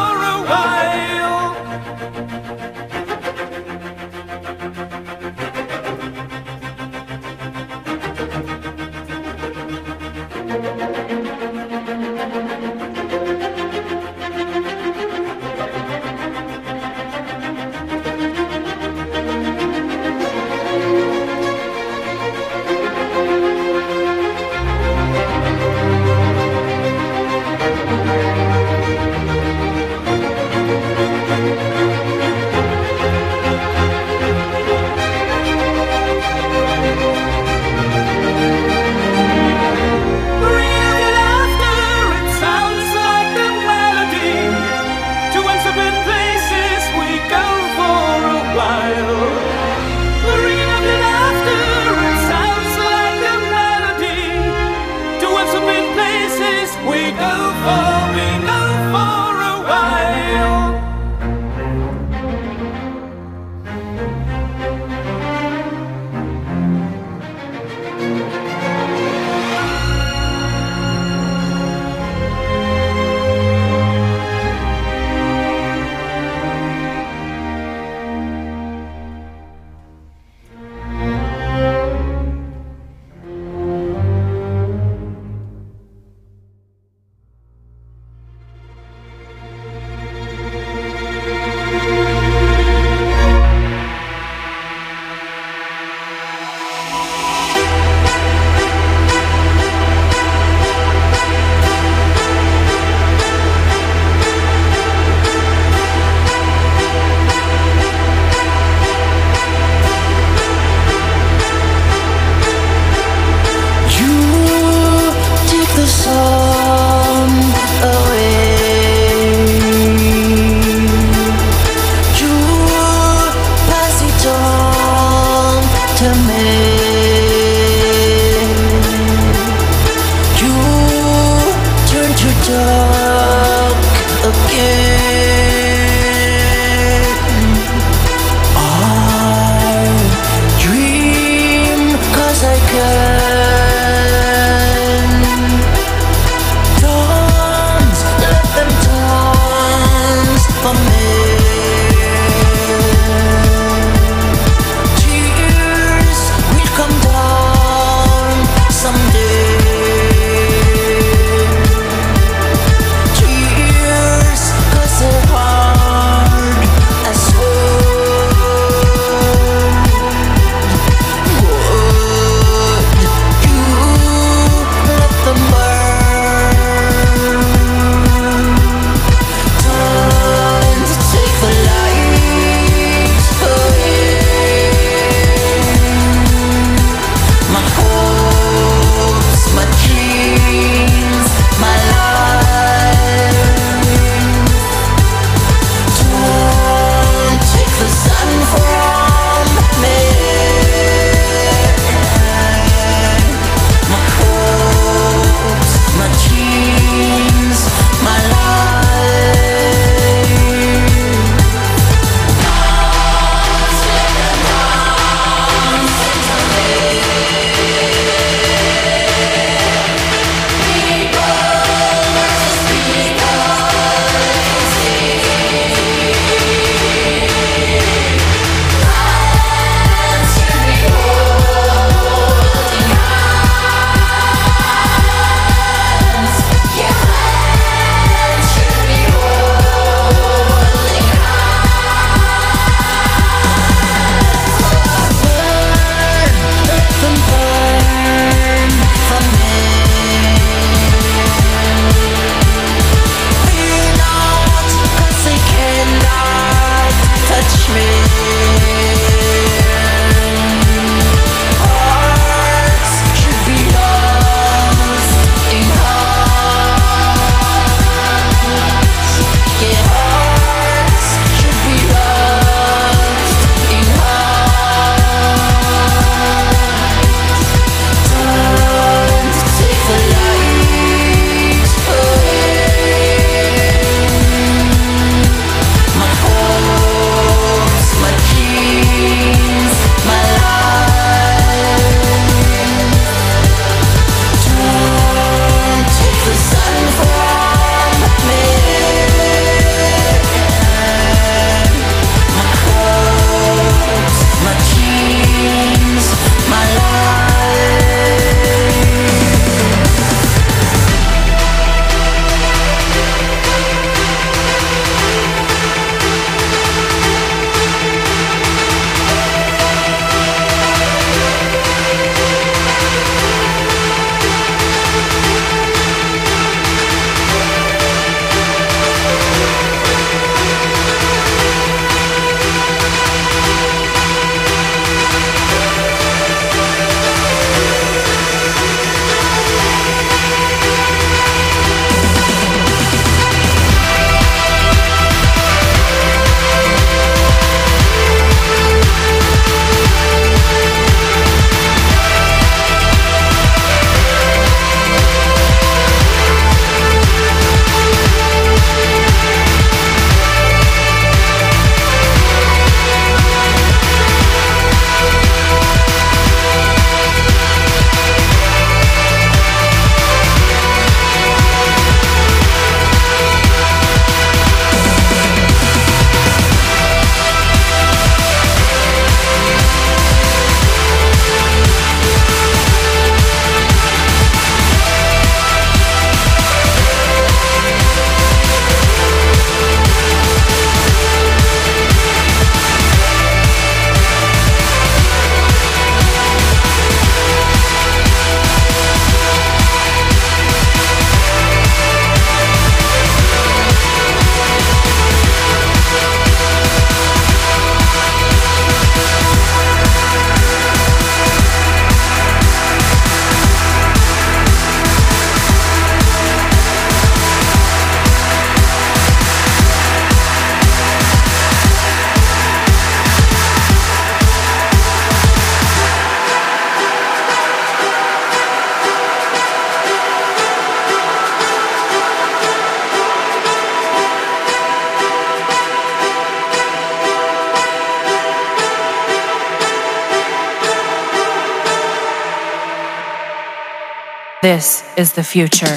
This is the future.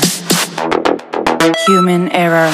Human error.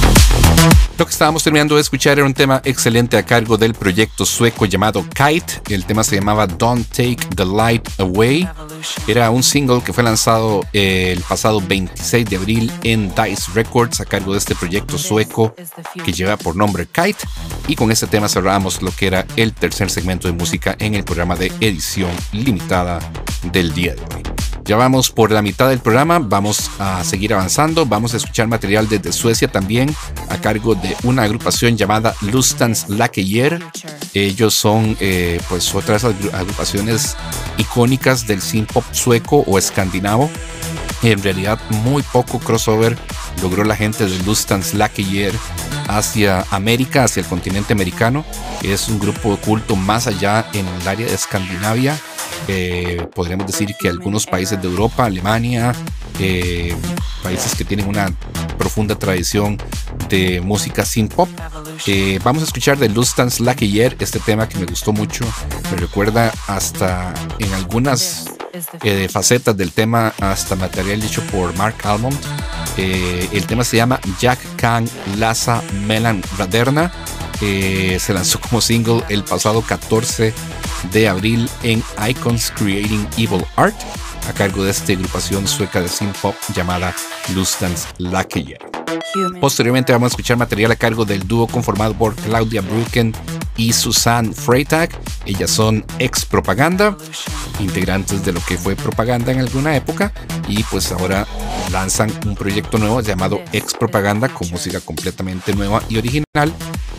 Lo que estábamos terminando de escuchar era un tema excelente a cargo del proyecto sueco llamado Kite. El tema se llamaba Don't Take the Light Away. Era un single que fue lanzado eh, el pasado veintiséis de abril en Dice Records a cargo de este proyecto sueco que lleva por nombre Kite. Y con este tema cerramos lo que era el tercer segmento de música en el programa de edición limitada del día de hoy. Ya vamos por la mitad del programa, vamos a seguir avanzando, vamos a escuchar material desde Suecia también a cargo de una agrupación llamada Lustans Lakeyer. Ellos son eh, pues otras agrupaciones icónicas del synth pop sueco o escandinavo. En realidad muy poco crossover logró la gente de Lustans Lakeyer hacia América, hacia el continente americano. Es un grupo de culto más allá en el área de Escandinavia. Eh, podríamos decir que algunos países de Europa, Alemania, eh, países que tienen una profunda tradición de música synth pop. Eh, vamos a escuchar de Lustans Lakeyer este tema que me gustó mucho. Me recuerda hasta en algunas eh, facetas del tema hasta material hecho por Mark Almond. Eh, el tema se llama Jack Kan Lasa Melan Raderna. Eh, se lanzó como single el pasado catorce de abril en Icons Creating Evil Art a cargo de esta agrupación sueca de synth pop llamada Lustans Lakeyer. Posteriormente vamos a escuchar material a cargo del dúo conformado por Claudia Brücken y Susanne Freitag. Ellas son ex Propaganda, integrantes de lo que fue Propaganda en alguna época, y pues ahora lanzan un proyecto nuevo llamado Ex Propaganda con música completamente nueva y original.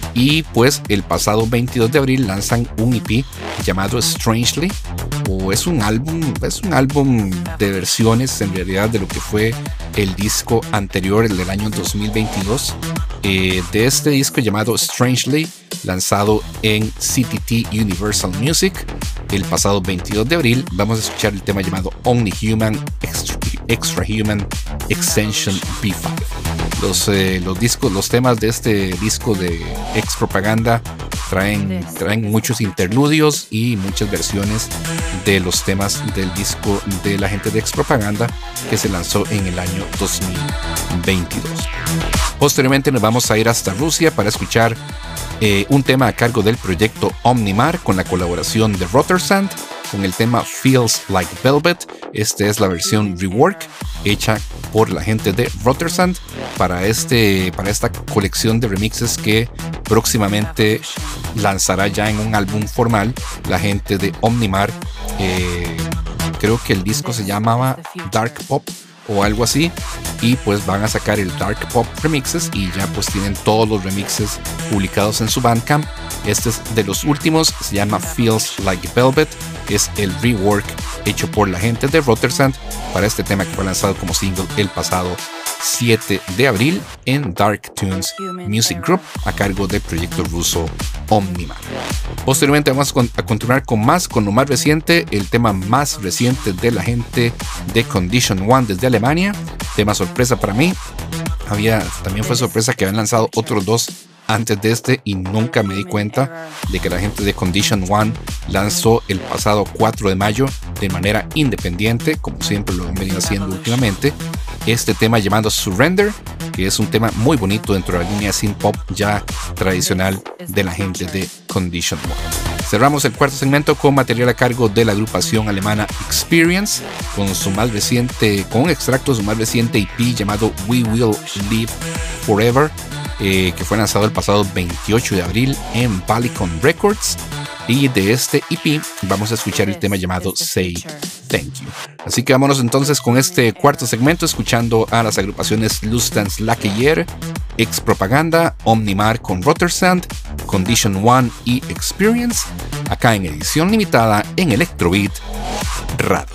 Y pues el pasado veintidós de abril lanzan un E P llamado Strangely, o es un álbum, es un álbum de versiones en realidad de lo que fue el disco anterior, el del año dos mil veintidós. Eh, de este disco llamado Strangely, lanzado en C T T Universal Music el pasado veintidós de abril, vamos a escuchar el tema llamado Only Human Extra, Extra Human Extension B cinco. Los, eh, los discos, los temas de este disco de Ex Propaganda traen, traen muchos interludios y muchas versiones de los temas del disco de la gente de Ex Propaganda que se lanzó en el año dos mil veintidós. Posteriormente nos vamos a ir hasta Rusia para escuchar eh, un tema a cargo del proyecto Omnimar con la colaboración de Rotersand con el tema Feels Like Velvet. Esta es la versión rework hecha por la gente de Rotersand para, este, para esta colección de remixes que próximamente lanzará ya en un álbum formal la gente de Omnimar. Eh, creo que el disco se llamaba Dark Pop o algo así, y pues van a sacar el Dark Pop Remixes y ya pues tienen todos los remixes publicados en su Bandcamp. Este es de los últimos, se llama Feels Like Velvet, es el rework hecho por la gente de Rotersand para este tema que fue lanzado como single el pasado siete de abril en Dark Tunes Music Group a cargo del proyecto ruso Omnimar. Posteriormente vamos a continuar con más, con lo más reciente, el tema más reciente de la gente de Condition One desde Alemania. Tema sorpresa para mí. Había, también fue sorpresa que habían lanzado otros dos antes de este y nunca me di cuenta de que la gente de Condition One lanzó el pasado cuatro de mayo de manera independiente, como siempre lo han venido haciendo últimamente, este tema llamado Surrender, que es un tema muy bonito dentro de la línea synth pop ya tradicional de la gente de Condition One. Cerramos el cuarto segmento con material a cargo de la agrupación alemana Experience, con su más reciente, con un extracto de su más reciente E P llamado We Will Live Forever, eh, que fue lanzado el pasado veintiocho de abril en Valicon Records. Y de este E P vamos a escuchar el tema llamado Say Thank You. Así que vámonos entonces con este cuarto segmento escuchando a las agrupaciones Lustans Lakeyer, Ex Propaganda, Omnimar con Rotersand, Condition One y Experience, acá en edición limitada en Electrobeat Radio.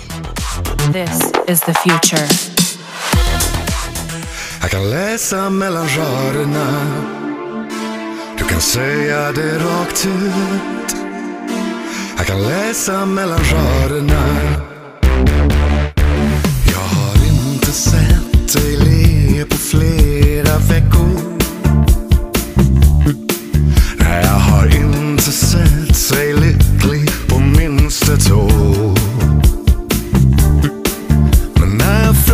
This is the future. Jag kan läsa mellan raderna. Du kan säga det rakt ut. Jag kan läsa mellan raderna. Jag har inte sett dig le på flera veckor. Nej, jag har inte sett sig lycklig på minsta tå. Men när jag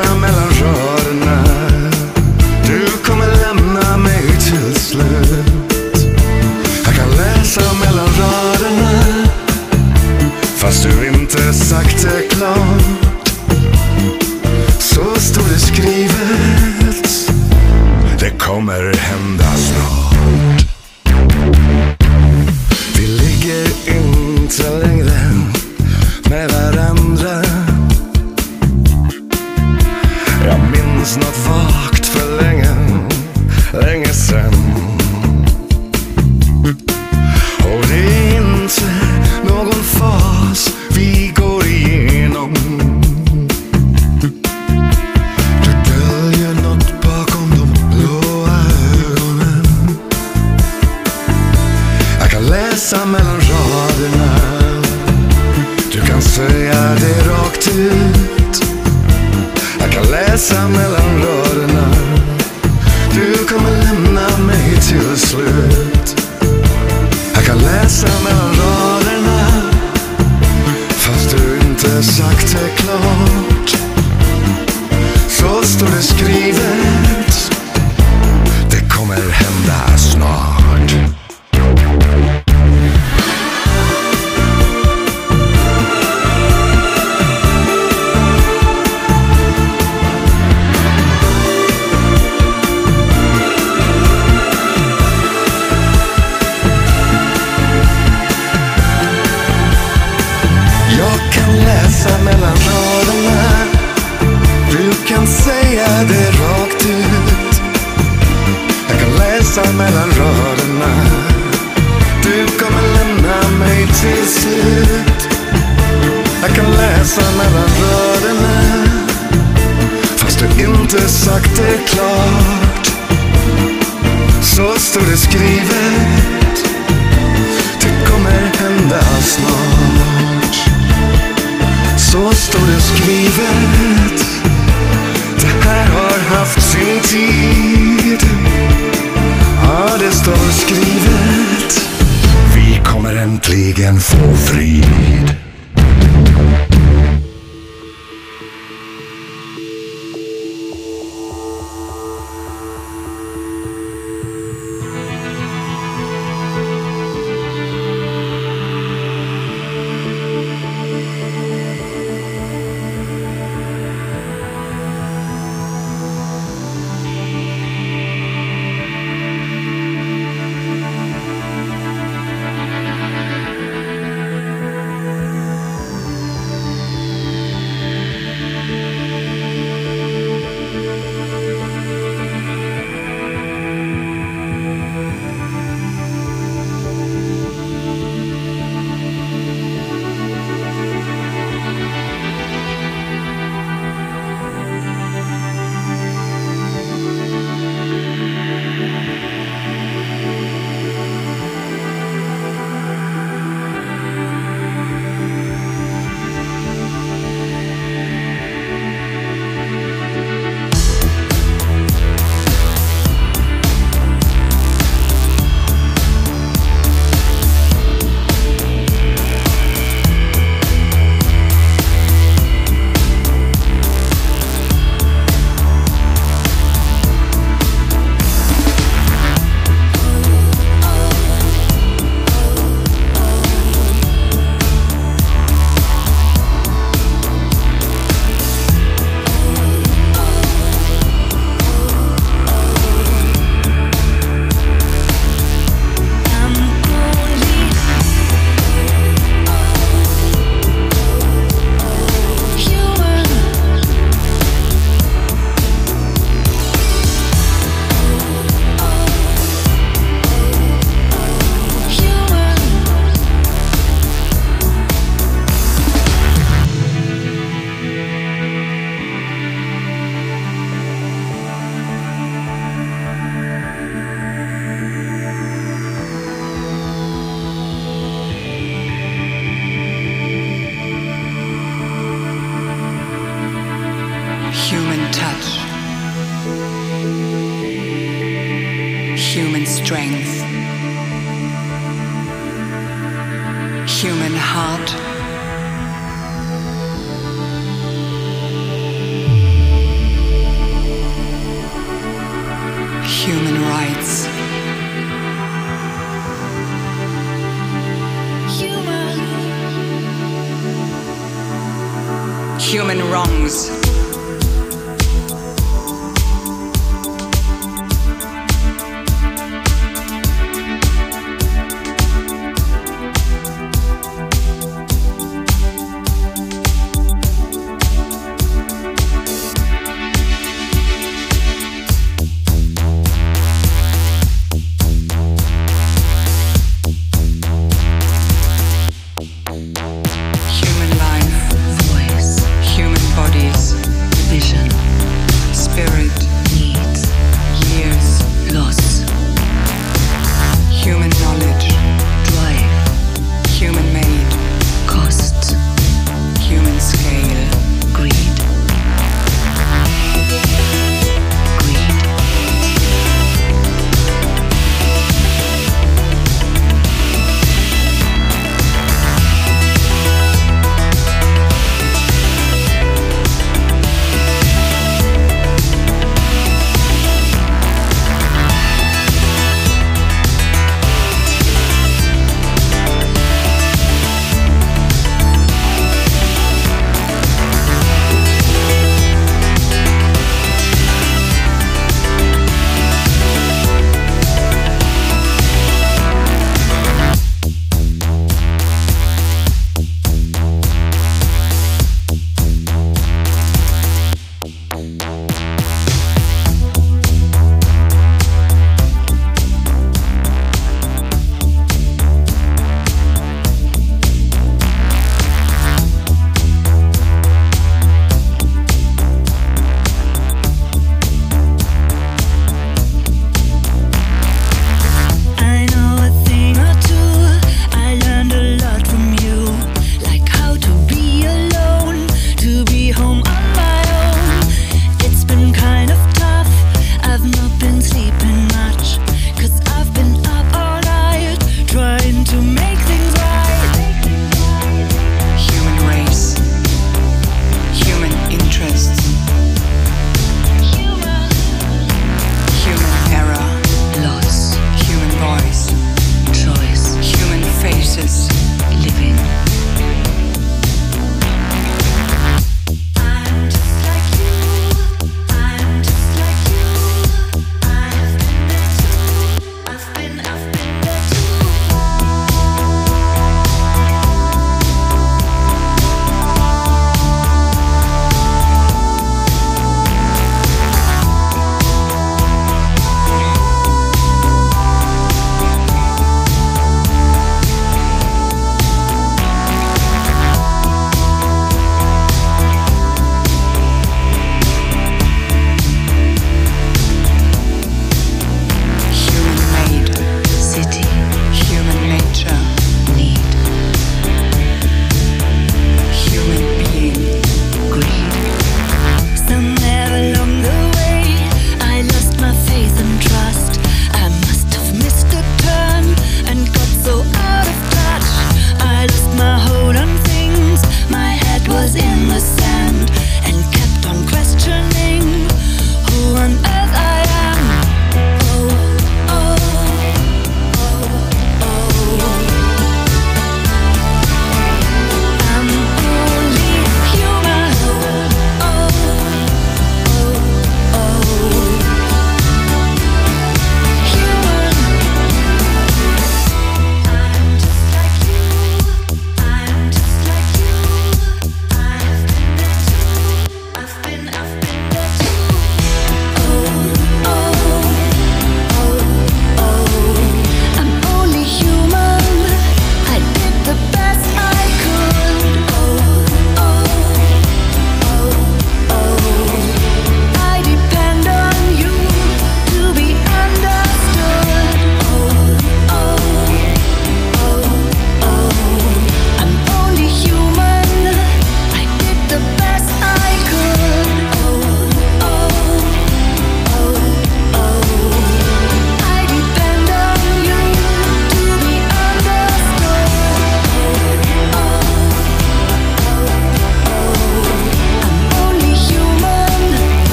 läsa mellan raderna. Du kommer lämna mig till slut. Jag kan läsa mellan raderna, fast du inte sagt det klart. Så står det skrivet, det kommer hända snart. Vi ligger inte längre med varandra. Jag minns något vagt för länge, länge sen. Och det är inte någon fas vi går igenom. Du döljer något bakom de blåa ögonen. Jag kan läsa mellan raderna. Du kan säga det rakt ut. Jag kan läsa mellan raderna. Du kommer lämna mig till slut. Jag kan läsa mellan raderna, fast du inte sagt det klart. Så står det skrivet, det kommer hända snart. Mellan raderna, du kan säga det rakt ut. Jag kan läsa mellan raderna. Du kommer lämna mig till slut. Jag kan läsa mellan raderna, fast du inte sagt det klart. Så står det skrivet, det kommer hända snart. Så står det skrivet, det här har haft sin tid. Ja, det står skrivet, vi kommer äntligen få frid. human strength, human heart, wrongs. Human life, voice, human bodies.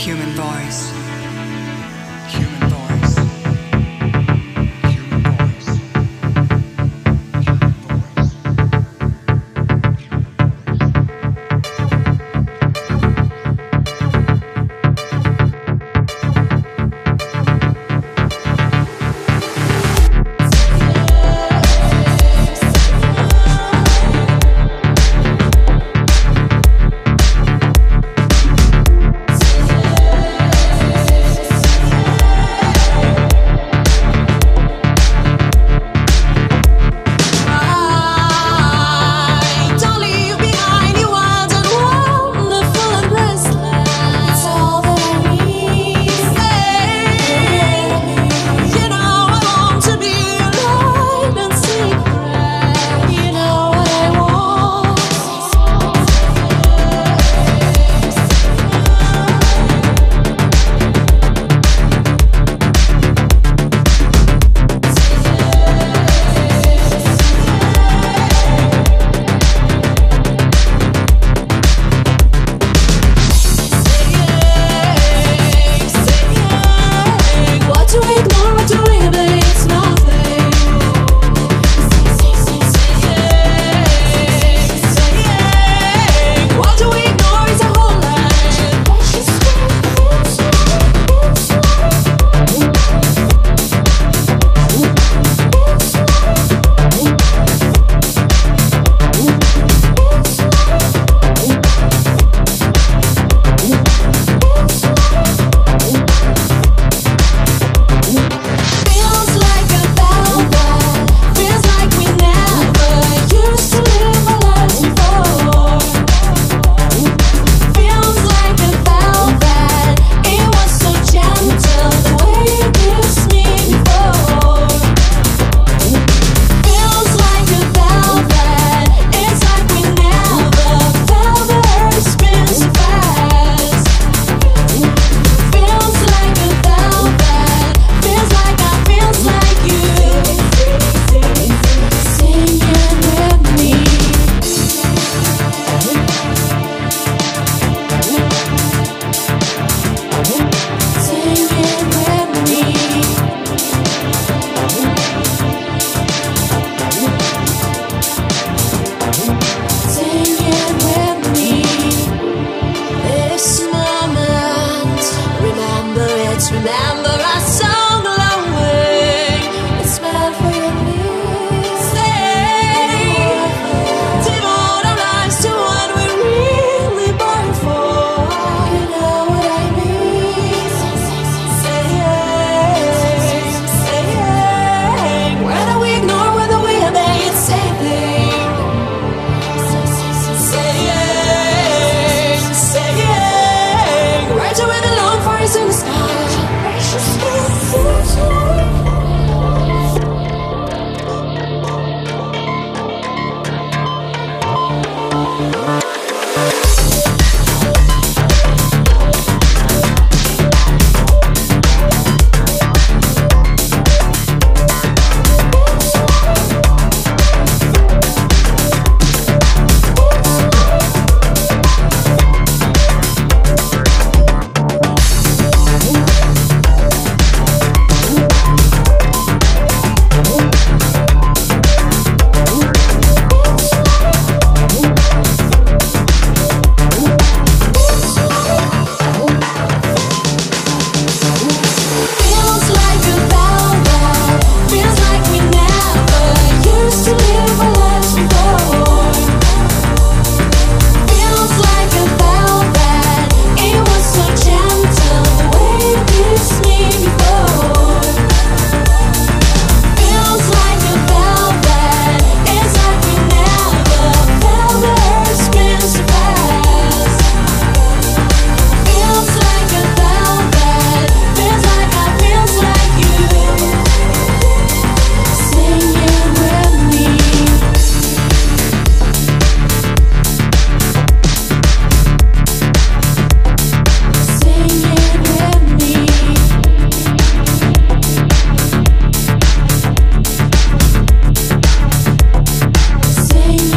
human voice. Human voice.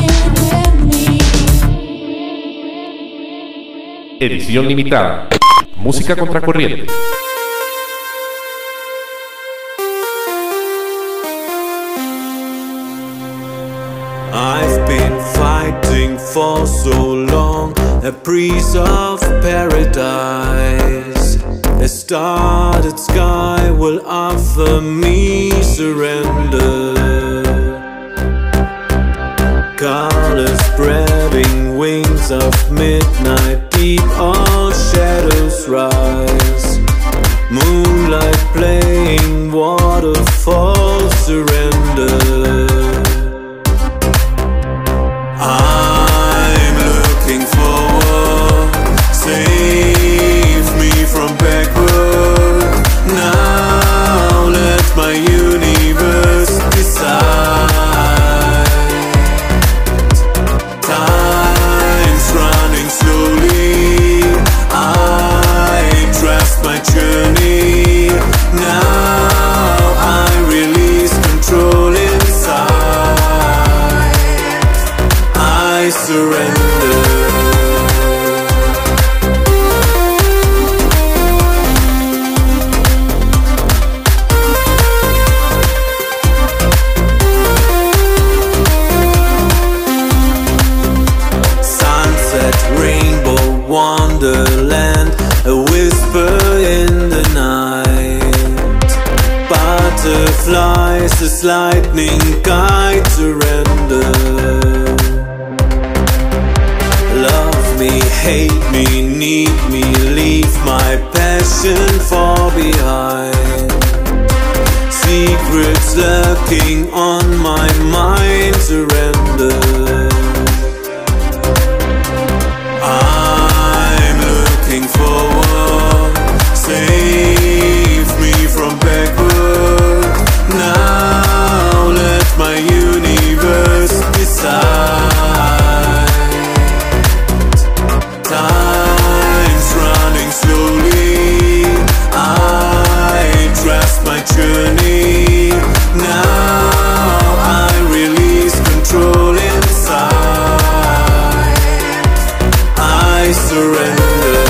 Edición limitada. Música contracorriente. I've been fighting for so long, a priest of paradise. A starred sky will offer me surrender. Colors spreading wings of midnight, deep all shadows rise. Moonlight playing, waterfall surrender. I'm looking forward, save me from backward. Now let my universe decide. Time's running slowly, I trust my journey. Now I release control inside. I surrender. Sunset, rainbow, wonderland, a whisper in the night. Butterflies as lightning guide surrender. Love me, hate me, need me, leave my passion far behind. Secrets lurking on my mind, surrender. I'm looking forward, save me from backward. Now let my universe decide. Time's running slowly, I trust my journey. Now I release control inside. I surrender.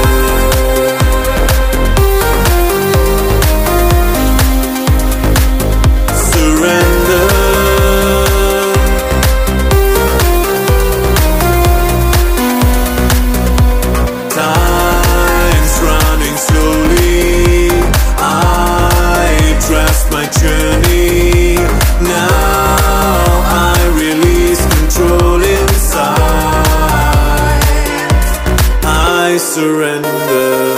Surrender. Time's running slowly, I trust my journey. Now I release control inside. I surrender.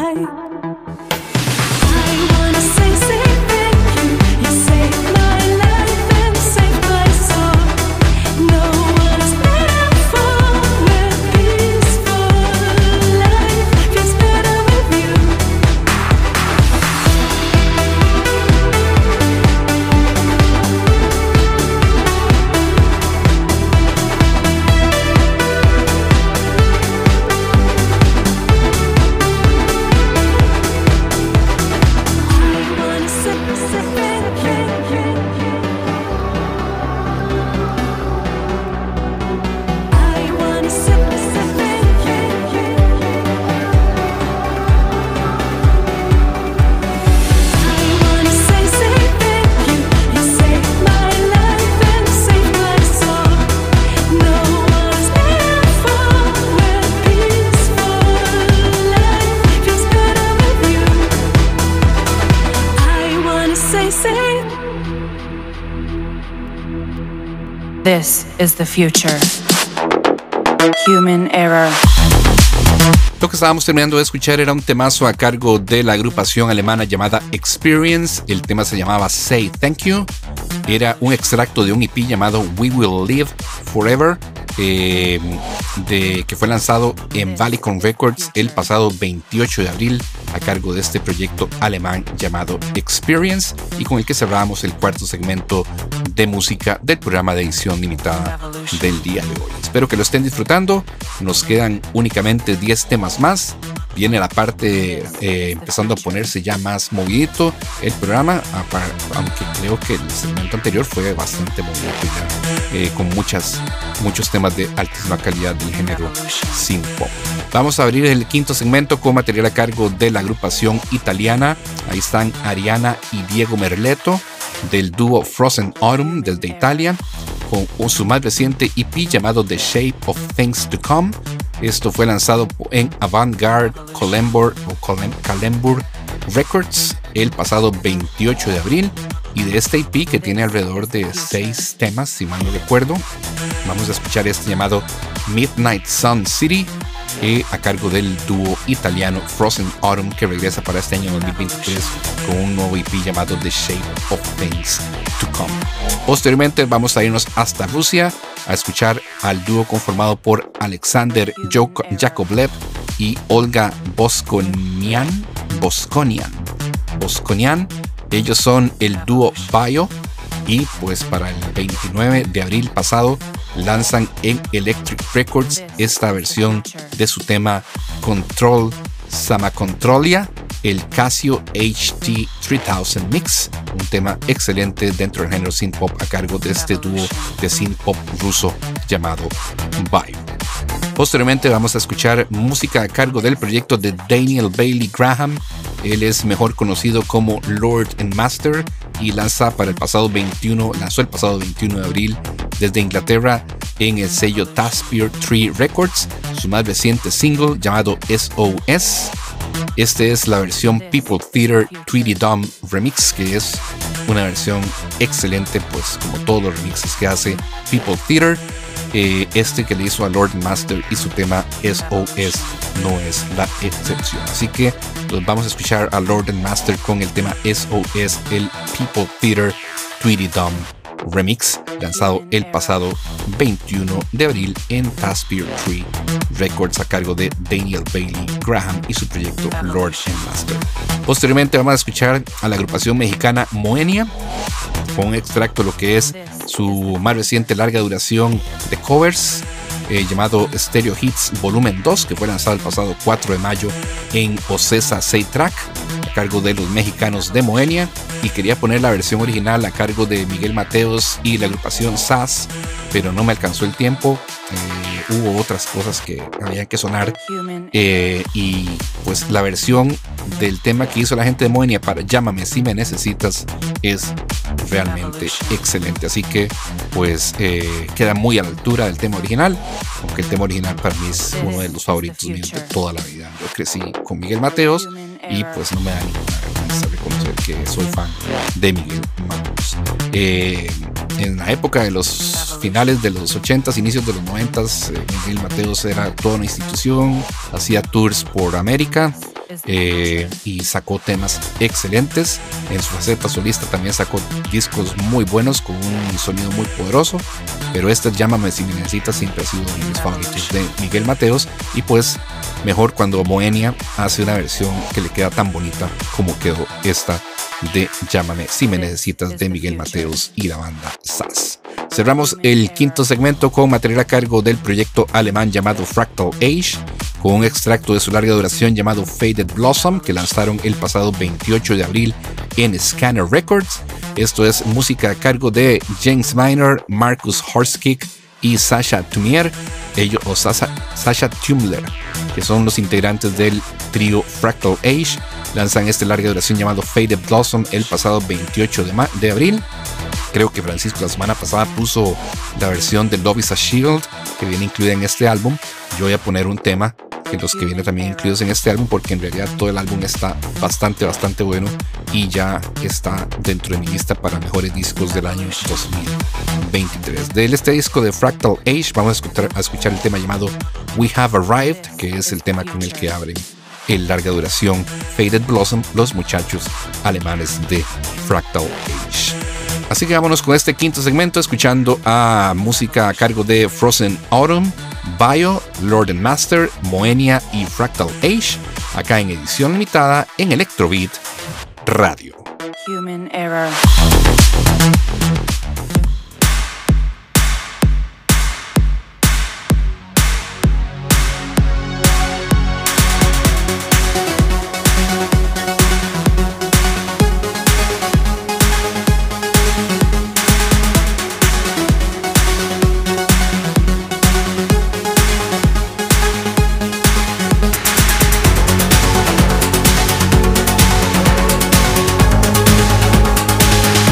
I wanna say, say thank you. You saved my life. This is the future. Human error. Lo que estábamos terminando de escuchar era un temazo a cargo de la agrupación alemana llamada Experience. El tema se llamaba Say Thank You. Era un extracto de un E P llamado We Will Live Forever, eh, de, que fue lanzado en Valicon Records el pasado veintiocho de abril a cargo de este proyecto alemán llamado Experience, y con el que cerramos el cuarto segmento de música del programa de edición limitada del día de hoy. Espero que lo estén disfrutando. Nos quedan únicamente diez temas más. Viene la parte eh, empezando a ponerse ya más movidito el programa, aunque creo que el segmento anterior fue bastante movido ya, eh, con muchas, muchos temas de altísima calidad del género synth pop. Vamos a abrir el quinto segmento con material a cargo de la agrupación italiana. Ahí están Ariana y Diego Merletto del dúo Frozen Autumn desde Italia, con su más reciente E P llamado The Shape of Things to Come. Esto fue lanzado en Avant-Garde Calembour, o Calembour Records el pasado veintiocho de abril, y de este E P, que tiene alrededor de seis temas si mal no recuerdo, vamos a escuchar este llamado Midnight Sun City, eh, a cargo del dúo italiano Frozen Autumn, que regresa para este año dos mil veintitrés con un nuevo E P llamado The Shape of Things to Come. Posteriormente vamos a irnos hasta Rusia a escuchar al dúo conformado por Alexander Yakovlev y Olga Boskonian. Boskonian. Boskonian. Ellos son el dúo Bio, y pues para el veintinueve de abril pasado lanzan en Electric Records esta versión de su tema Control Samacontrolia, el Casio H T tres mil Mix, un tema excelente dentro del género synth pop a cargo de este dúo de synth pop ruso llamado Bio. Posteriormente vamos a escuchar música a cargo del proyecto de Daniel Bailey Graham. Él es mejor conocido como Lord and Master y lanza para el pasado veintiuno, lanzó el pasado veintiuno de abril desde Inglaterra en el sello Taspier Tree Records su más reciente single llamado S O S. Este es la versión People Theater Tweety Dom Remix, que es una versión excelente, pues como todos los remixes que hace People Theater. Eh, este que le hizo a Lord Master y su tema S O S no es la excepción. Así que pues, vamos a escuchar a Lord Master con el tema S O S, el People Theater Tweety Dom Remix, lanzado el pasado veintiuno de abril en Taspier Tree Records a cargo de Daniel Bailey Graham y su proyecto Lord Master. Posteriormente vamos a escuchar a la agrupación mexicana Moenia con un extracto de lo que es su más reciente larga duración de covers, eh, llamado Stereo Hits Volumen dos, que fue lanzado el pasado cuatro de mayo en Ocesa seis Track a cargo de los mexicanos de Moenia, y quería poner la versión original a cargo de Miguel Mateos y la agrupación S A S, pero no me alcanzó el tiempo. Eh, hubo otras cosas que habían que sonar, eh, y pues la versión del tema que hizo la gente de Moenia para Llámame si me necesitas es realmente excelente, así que pues eh, queda muy a la altura del tema original, aunque el tema original para mí es uno de los favoritos míos de toda la vida. Yo crecí con Miguel Mateos y pues no me da ninguna vergüenza reconocer que soy fan de Miguel Mateos. Eh, en la época de los finales de los ochentas, inicios de los noventas, eh, Miguel Mateos era toda una institución, hacía tours por América, eh, y sacó temas excelentes. En su faceta solista también sacó discos muy buenos con un sonido muy poderoso, pero este Llámame si me necesitas siempre ha sido uno de mis favoritos de Miguel Mateos, y pues mejor cuando Moenia hace una versión que le queda tan bonita como quedó esta de Llámame si me necesitas de Miguel Mateos y la banda S A S. Cerramos el quinto segmento con material a cargo del proyecto alemán llamado Fractal Age, con un extracto de su larga duración llamado Faded Blossom, que lanzaron el pasado veintiocho de abril en Scanner Records. Esto es música a cargo de James Minor, Marcus Horskick y Sasha Tumier, ellos, o Sasha, Sasha Tumler, que son los integrantes del trío Fractal Age. Lanzan esta larga duración llamado Faded Blossom el pasado veintiocho de abril. Creo que Francisco la semana pasada puso la versión de Love is a Shield que viene incluida en este álbum. Yo voy a poner un tema que los que vienen también incluidos en este álbum, porque en realidad todo el álbum está bastante, bastante bueno y ya está dentro de mi lista para mejores discos del año dos mil veintitrés. De este disco de Fractal Age vamos a escuchar, a escuchar el tema llamado We Have Arrived, que es el tema con el que abren el larga duración Faded Blossom, los muchachos alemanes de Fractal Age. Así que vámonos con este quinto segmento escuchando a música a cargo de Frozen Autumn, Bio, Lord and Master, Moenia y Fractal Age, acá en edición limitada en Electrobeat Radio. Human error. We'll be right back.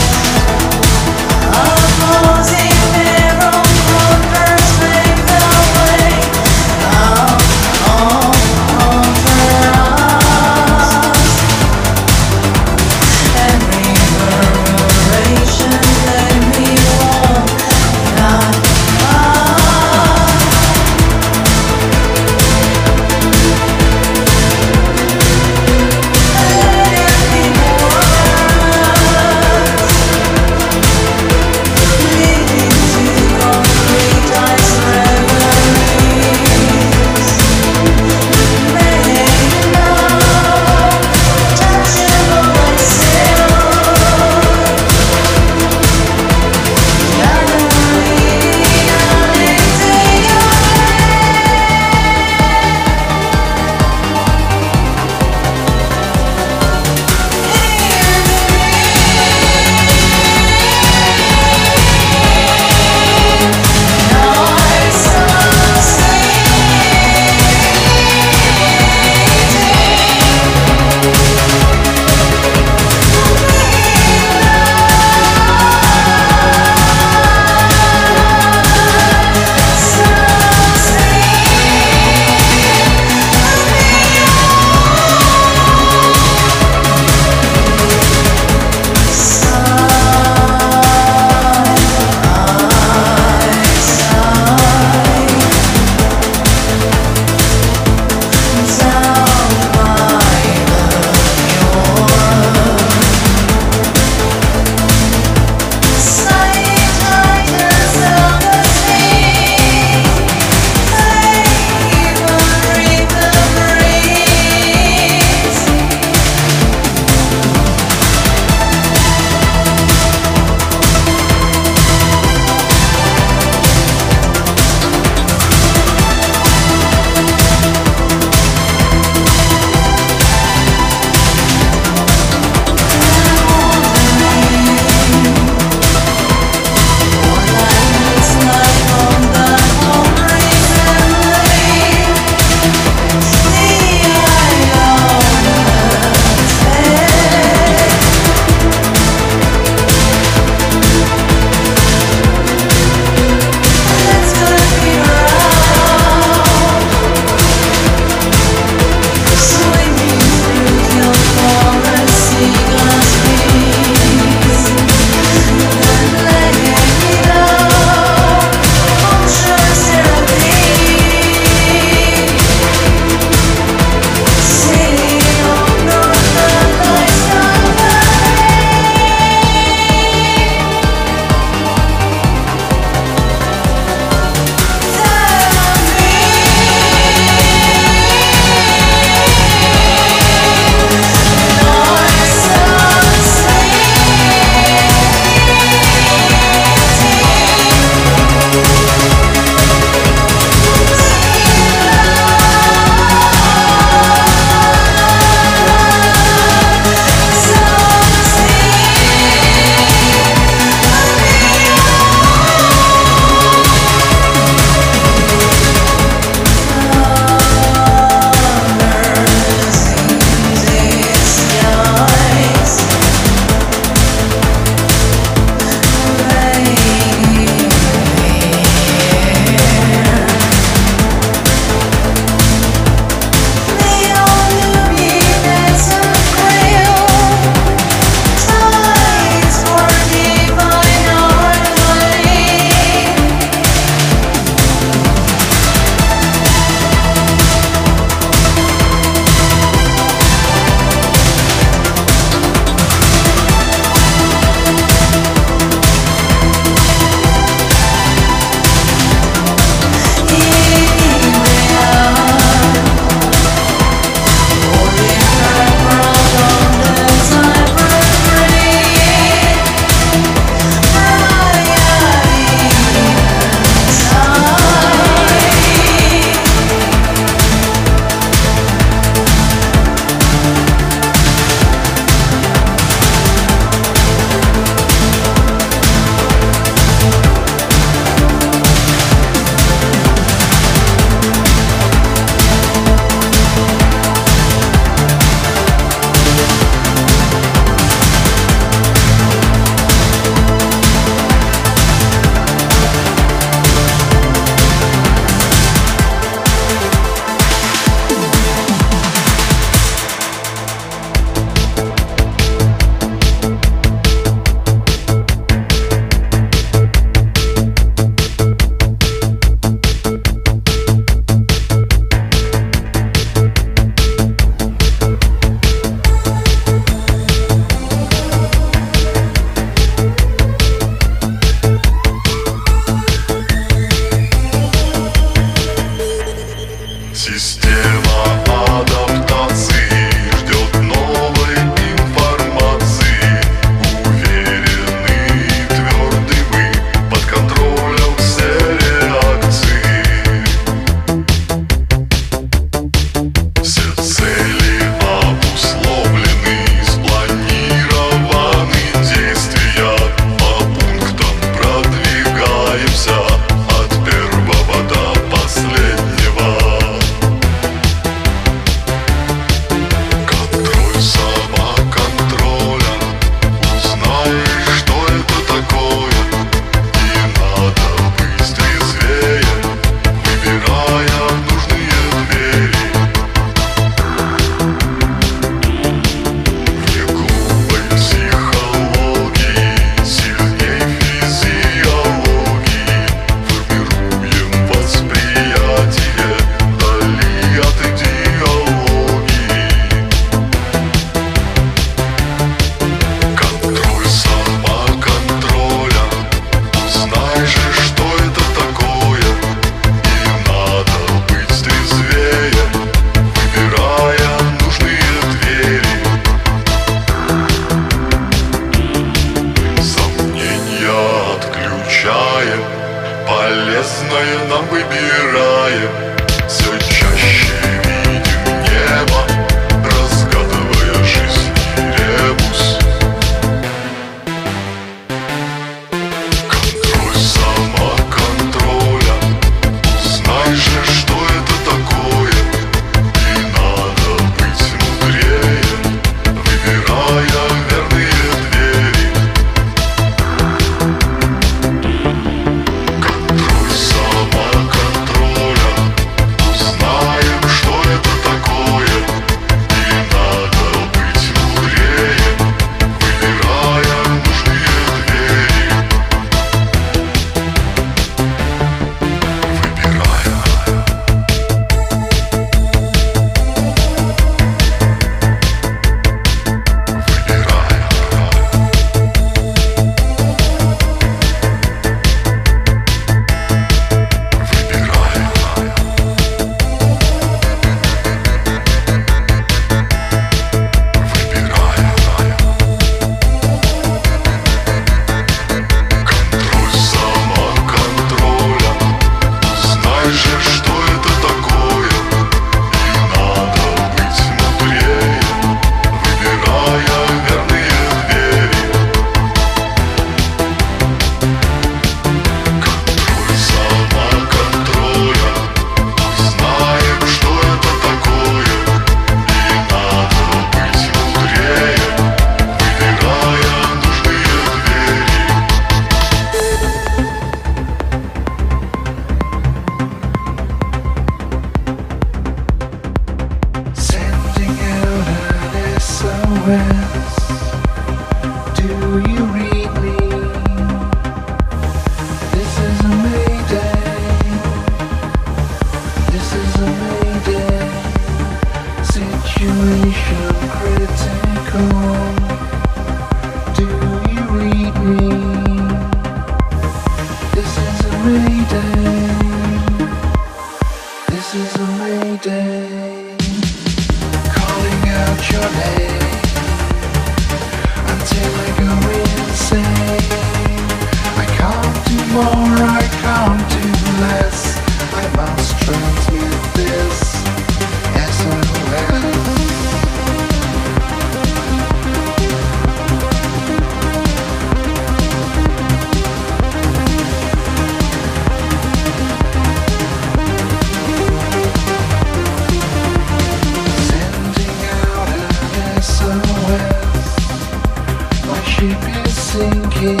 ship is sinking.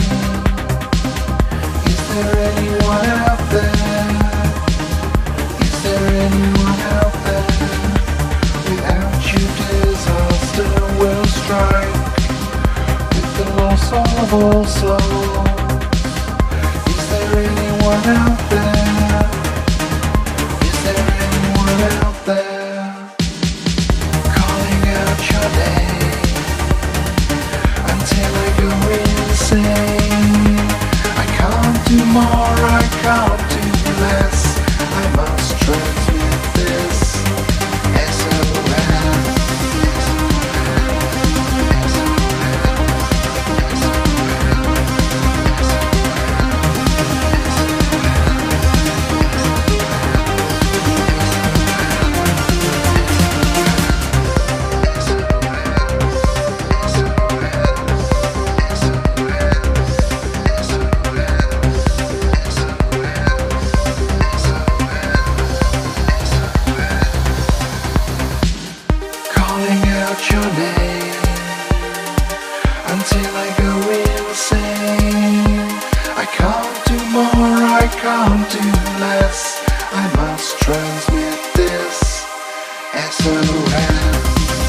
Is there anyone out there? Is there anyone out there? Without you disaster will strike, with the loss of all souls. Is there anyone out there? Is there anyone out there? Calling out your name until I go insane. I can't do more, I can't do less. I must transmit this S O S. Calling out your name until I go insane. I can't do more, I can't do less. I must transmit this S O S.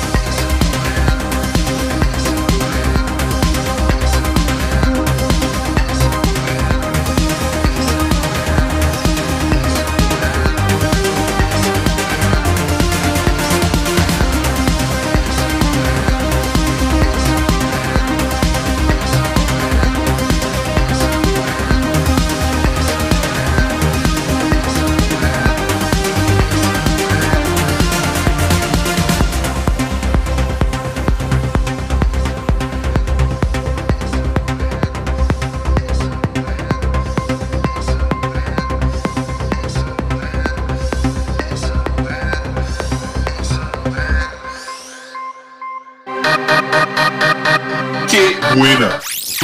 ¡Qué buena!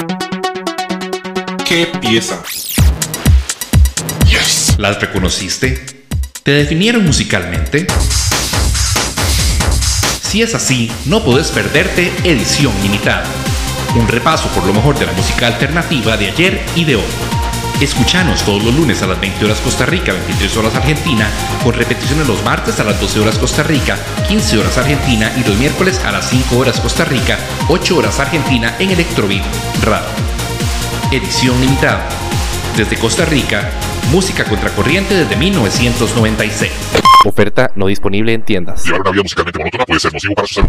¡Qué pieza! Yes. ¿Las reconociste? ¿Te definieron musicalmente? Si es así, no podés perderte Edición Limitada, un repaso por lo mejor de la música alternativa de ayer y de hoy. Escuchanos todos los lunes a las veinte horas Costa Rica, veintitrés horas Argentina, con repeticiones los martes a las doce horas Costa Rica, quince horas Argentina y los miércoles a las cinco horas Costa Rica, ocho horas Argentina en Electrobeat Radio. Edición Limitada. Desde Costa Rica, música contracorriente desde mil novecientos noventa y seis. Oferta no disponible en tiendas. Llevar una vida musicalmente monótona puede ser nocivo para su salud.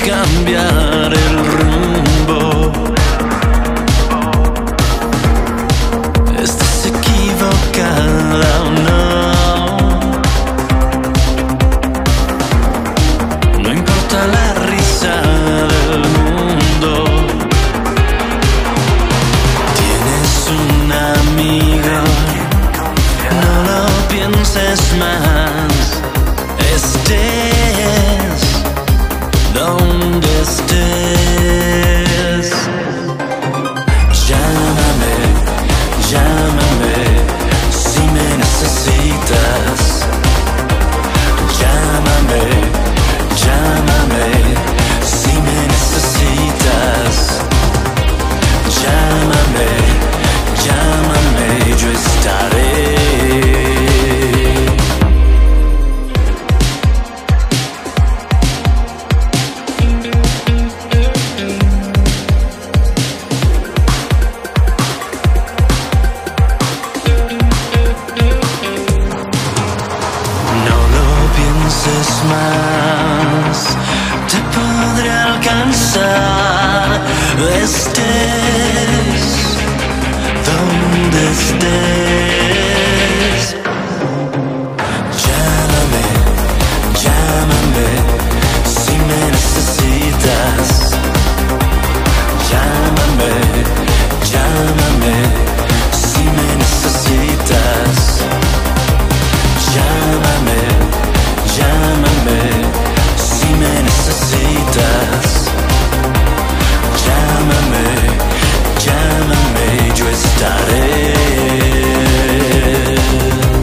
cambiar el rumbo. Estás equivocada o no. No importa la risa del mundo. Tienes un amigo, no lo pienses más. Estés donde estés. Llámame, llámame si me necesitas. Llámame, llámame si me necesitas. Llámame, llámame, yo estaré. Más te podré alcanzar, estés donde estés. Llámame, llámame si me necesitas. Llámame, llámame si me necesitas. Llámame, llámame si me necesitas. Llámame, llámame, yo estaré.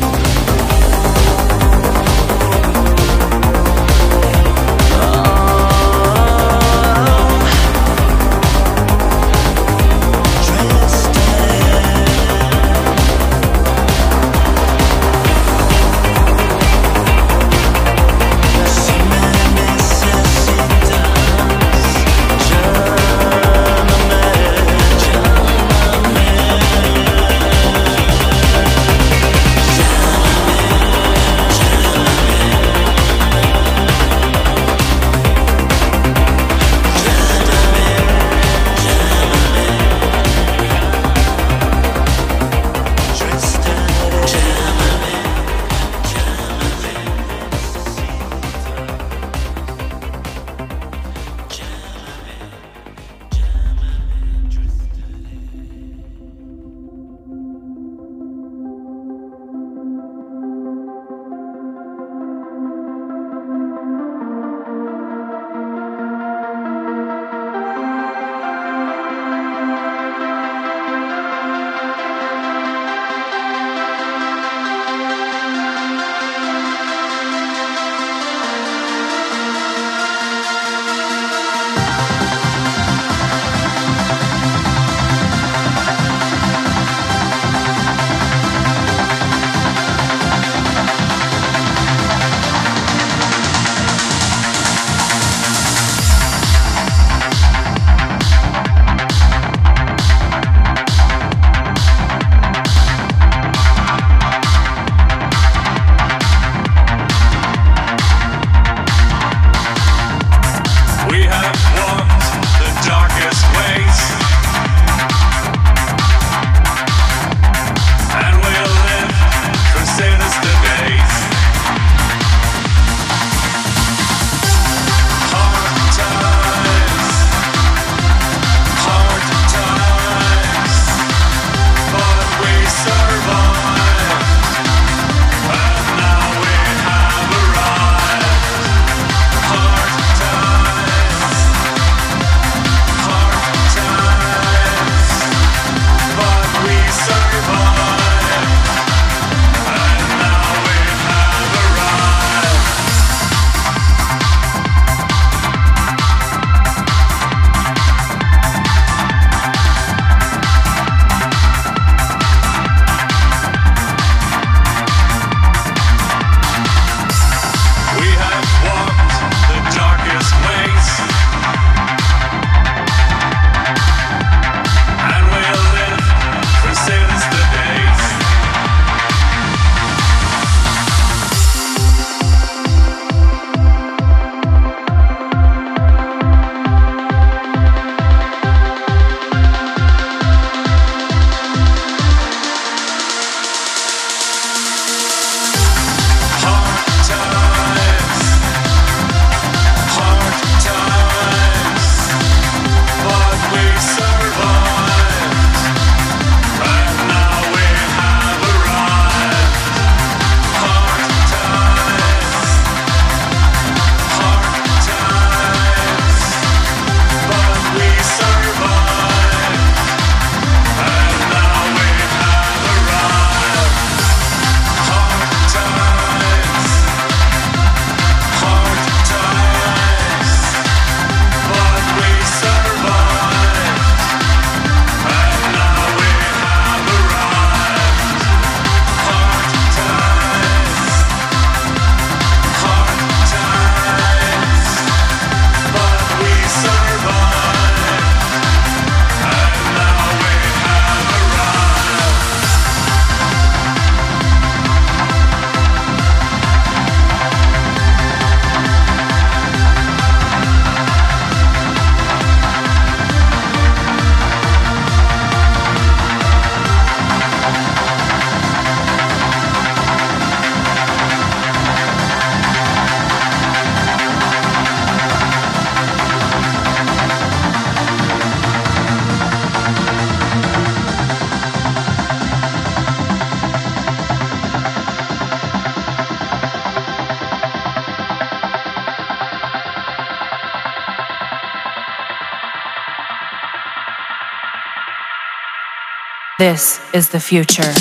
This is the future.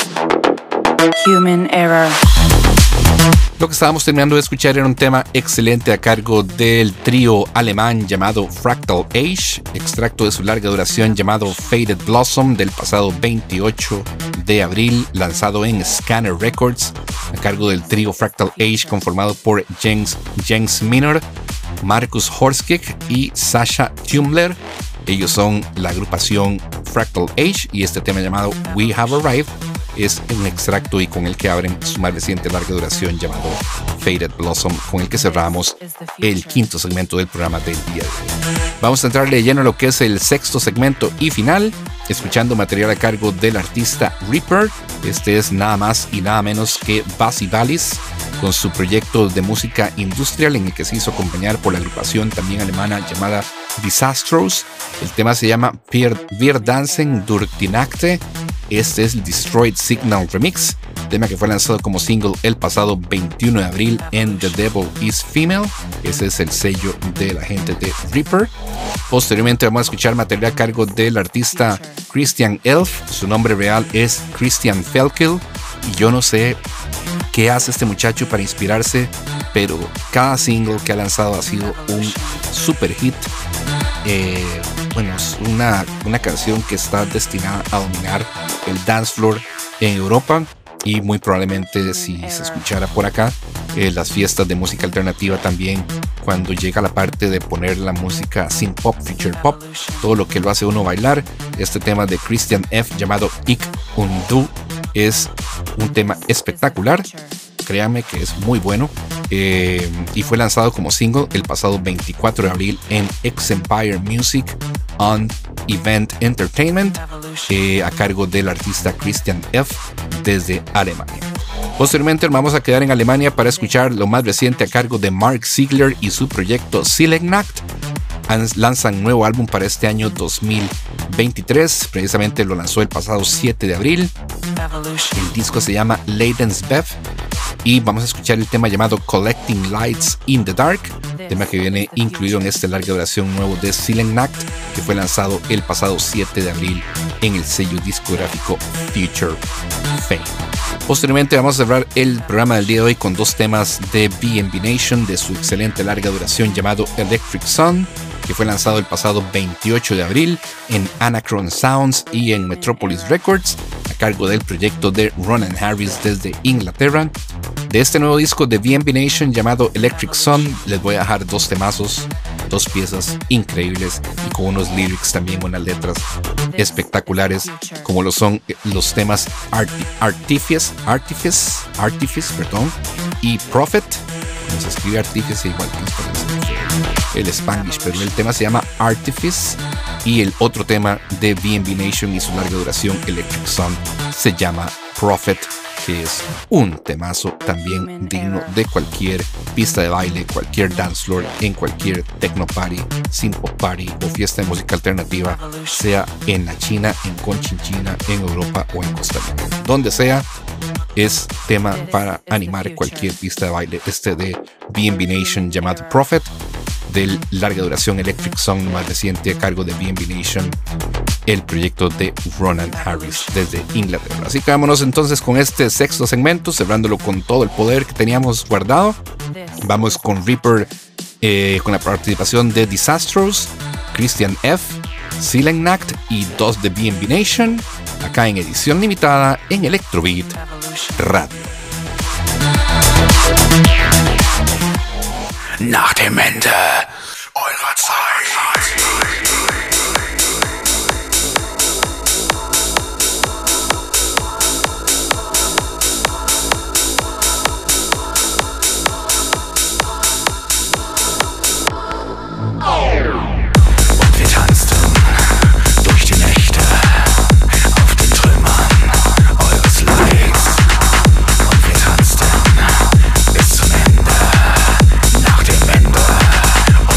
Human error. Lo que estábamos terminando de escuchar era un tema excelente a cargo del trío alemán llamado Fractal Age, extracto de su larga duración llamado Faded Blossom del pasado veintiocho de abril, lanzado en Scanner Records, a cargo del trío Fractal Age conformado por Jens, Jens Minor, Markus Horskig y Sasha Tumler. Ellos son la agrupación Fractal Age y este tema llamado We Have Arrived es un extracto y con el que abren su más reciente larga duración llamado Faded Blossom, con el que cerramos el quinto segmento del programa del día de hoy. Vamos a entrarle de lleno a lo que es el sexto segmento y final, escuchando material a cargo del artista Reaper. Este es nada más y nada menos que Basie Valis, con su proyecto de música industrial en el que se hizo acompañar por la agrupación también alemana llamada Disastros. El tema se llama Wir Dancen durch die Nacht. Este es el Destroyed Signal Remix, tema que fue lanzado como single el pasado veintiuno de abril en The Devil is Female. Ese es el sello de la gente de Reaper. Posteriormente vamos a escuchar material a cargo del artista Christian Elf. Su nombre real es Christian Felkel y yo no sé qué hace este muchacho para inspirarse, pero cada single que ha lanzado ha sido un super hit. Eh, bueno, es una, una canción que está destinada a dominar el dance floor en Europa y muy probablemente si se escuchara por acá eh, las fiestas de música alternativa también, cuando llega la parte de poner la música synth pop, future pop, todo lo que lo hace uno bailar. Este tema de Christian F llamado Ich und Du es un tema espectacular, créame que es muy bueno. Eh, y fue lanzado como single el pasado veinticuatro de abril en X Empire Music on Event Entertainment, eh, a cargo del artista Christian F desde Alemania. Posteriormente vamos a quedar en Alemania para escuchar lo más reciente a cargo de Mark Ziegler y su proyecto Seelennacht. Lanzan nuevo álbum para este año dos mil veintitrés, precisamente lo lanzó el pasado siete de abril. El disco se llama Leidensbev y vamos a escuchar el tema llamado Collecting Lights in the Dark, tema que viene incluido en este larga duración nuevo de Seelennacht, que fue lanzado el pasado siete de abril en el sello discográfico Future Fame. Posteriormente vamos a cerrar el programa del día de hoy con dos temas de B and B Nation de su excelente larga duración llamado Electric Sun, que fue lanzado el pasado veintiocho de abril en Anachron Sounds y en Metropolis Records, a cargo del proyecto de Ronan Harris desde Inglaterra. De este nuevo disco de B and B Nation llamado Electric Sun les voy a dejar dos temazos, dos piezas increíbles y con unos lyrics también, unas letras espectaculares, como lo son los temas Art Artifice, Artifice, Artifice, perdón, y Prophet. Como se escribe Artifice igual que el Spanglish, pero el tema se llama Artifice y el otro tema de B and B Nation y su larga duración Electric Sun se llama Prophet, que es un temazo también digno de cualquier pista de baile, cualquier dance floor, en cualquier techno party, synth pop party o fiesta de música alternativa, sea en la China, en Conchinchina, en Europa o en Costa Rica, donde sea. Es tema para animar cualquier pista de baile. Este de B and B Nation llamado Prophet, del larga duración Electric Sun más reciente a cargo de B and B Nation, el proyecto de Ronan Harris desde Inglaterra. Así que vámonos entonces con este sexto segmento, cerrándolo con todo el poder que teníamos guardado. Vamos con Reaper, eh, con la participación de Disastros, Christian F, Seelennacht y dos de B and B Nation, acá en edición limitada en Electrobeat Radio. Nach dem Ende eurer Zeit. Und wir tanzten durch die Nächte auf den Trümmern eures Leids. Und wir tanzten bis zum Ende, nach dem Ende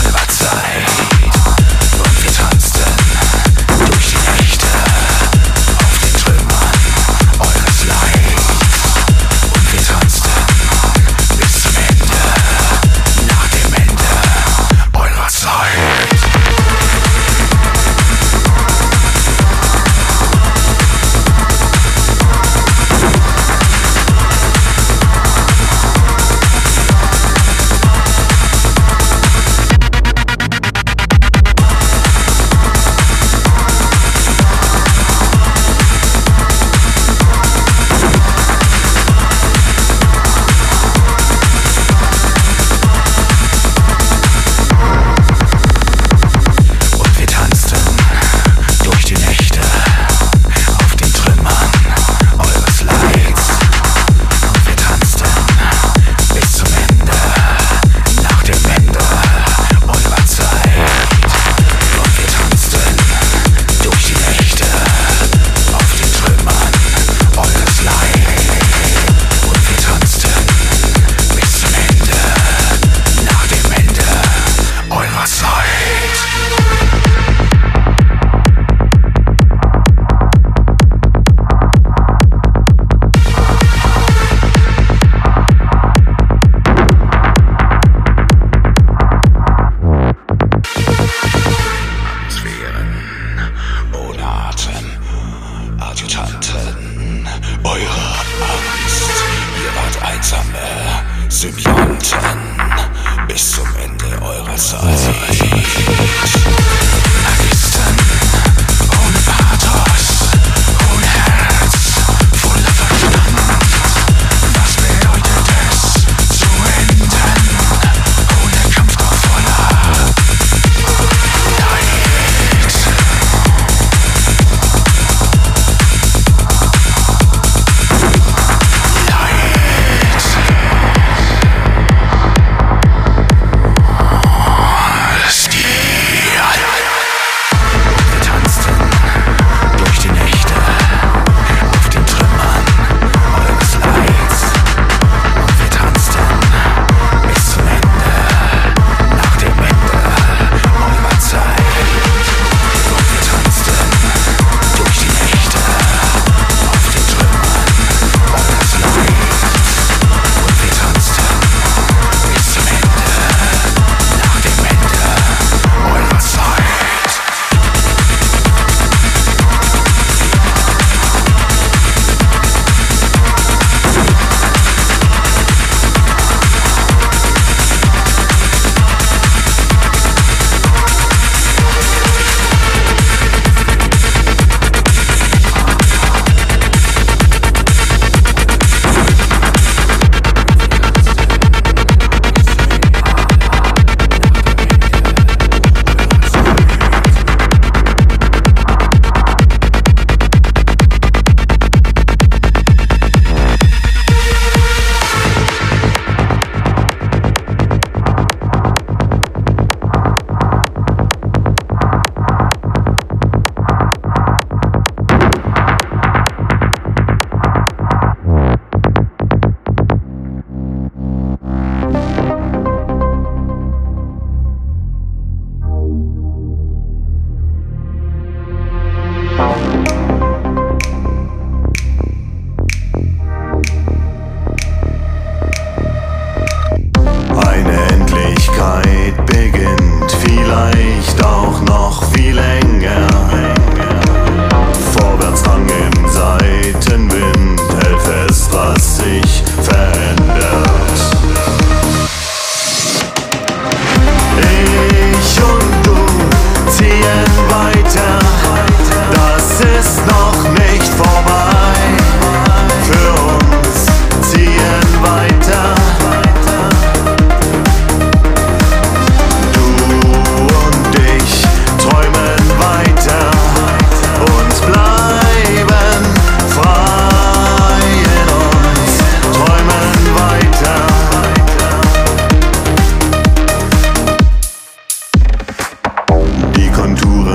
Konturen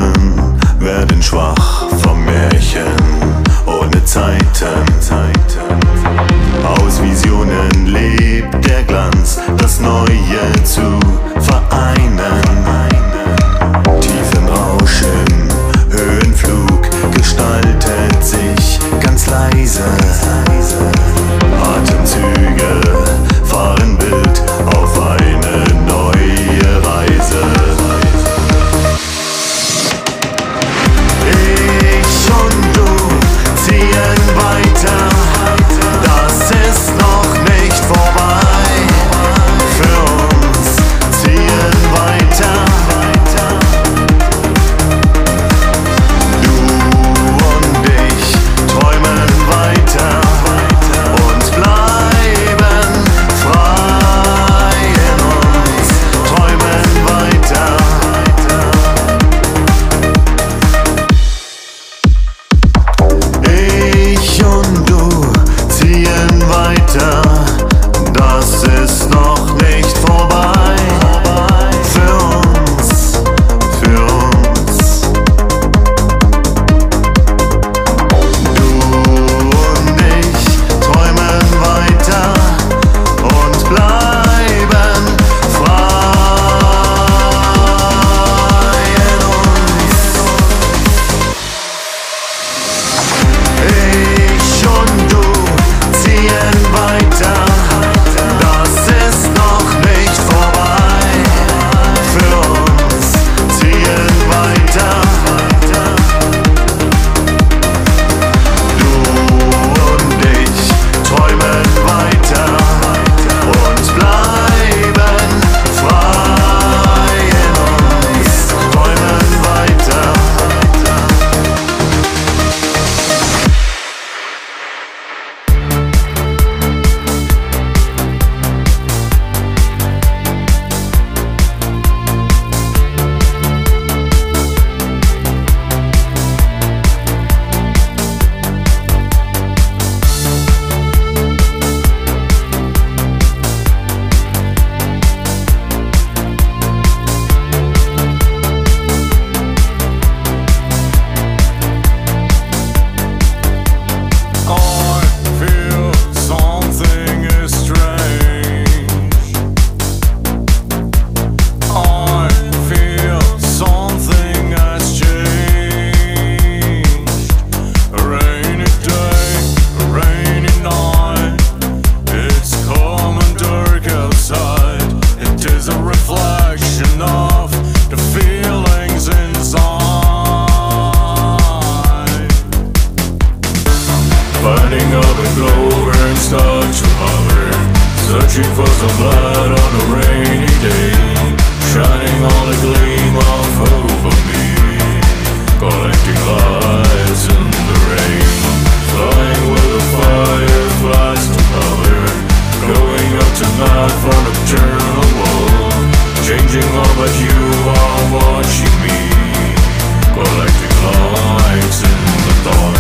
some blood on a rainy day, shining all a gleam of hope on me, collecting lights in the rain, flying with the fireflies to cover, going up tonight for nocturnal walk, changing all but you are watching me, collecting lights in the dark.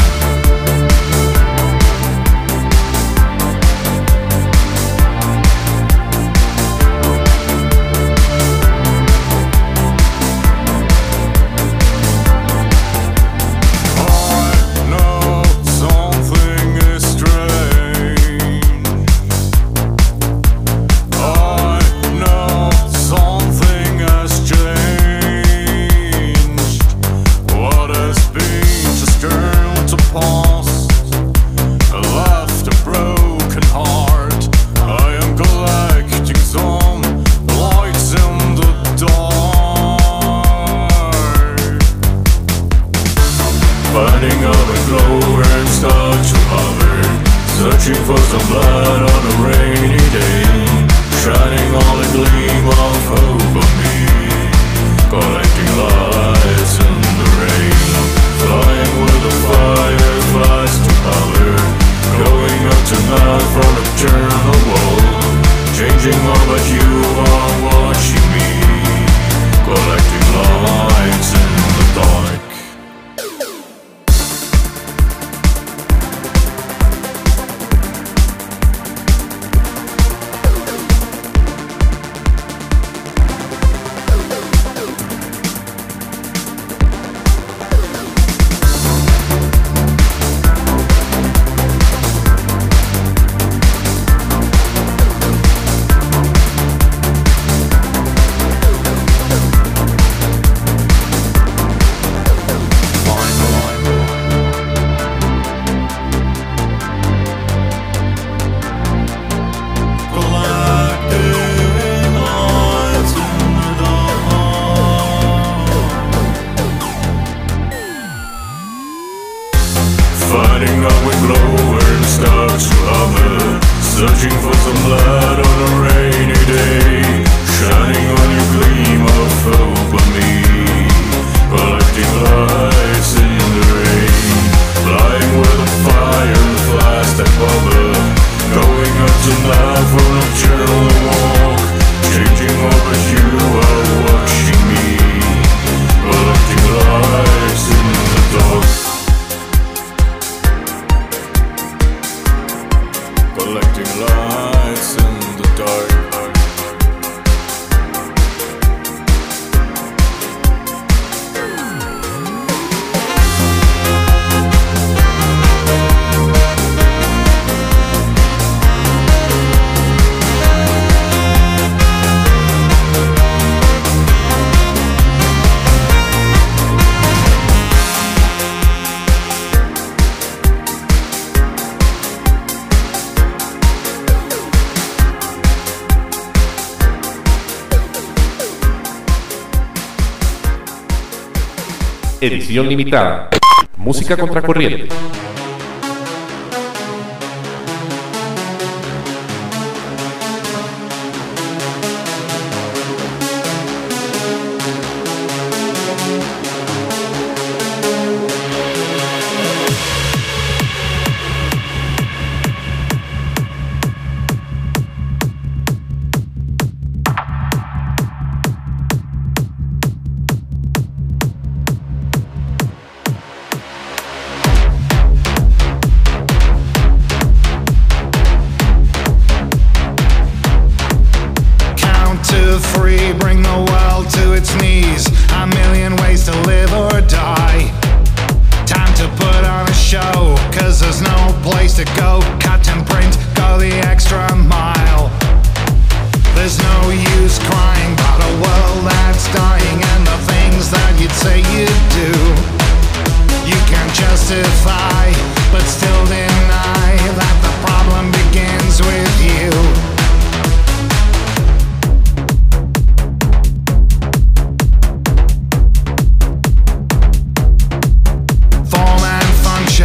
Edición limitada. Música contracorriente.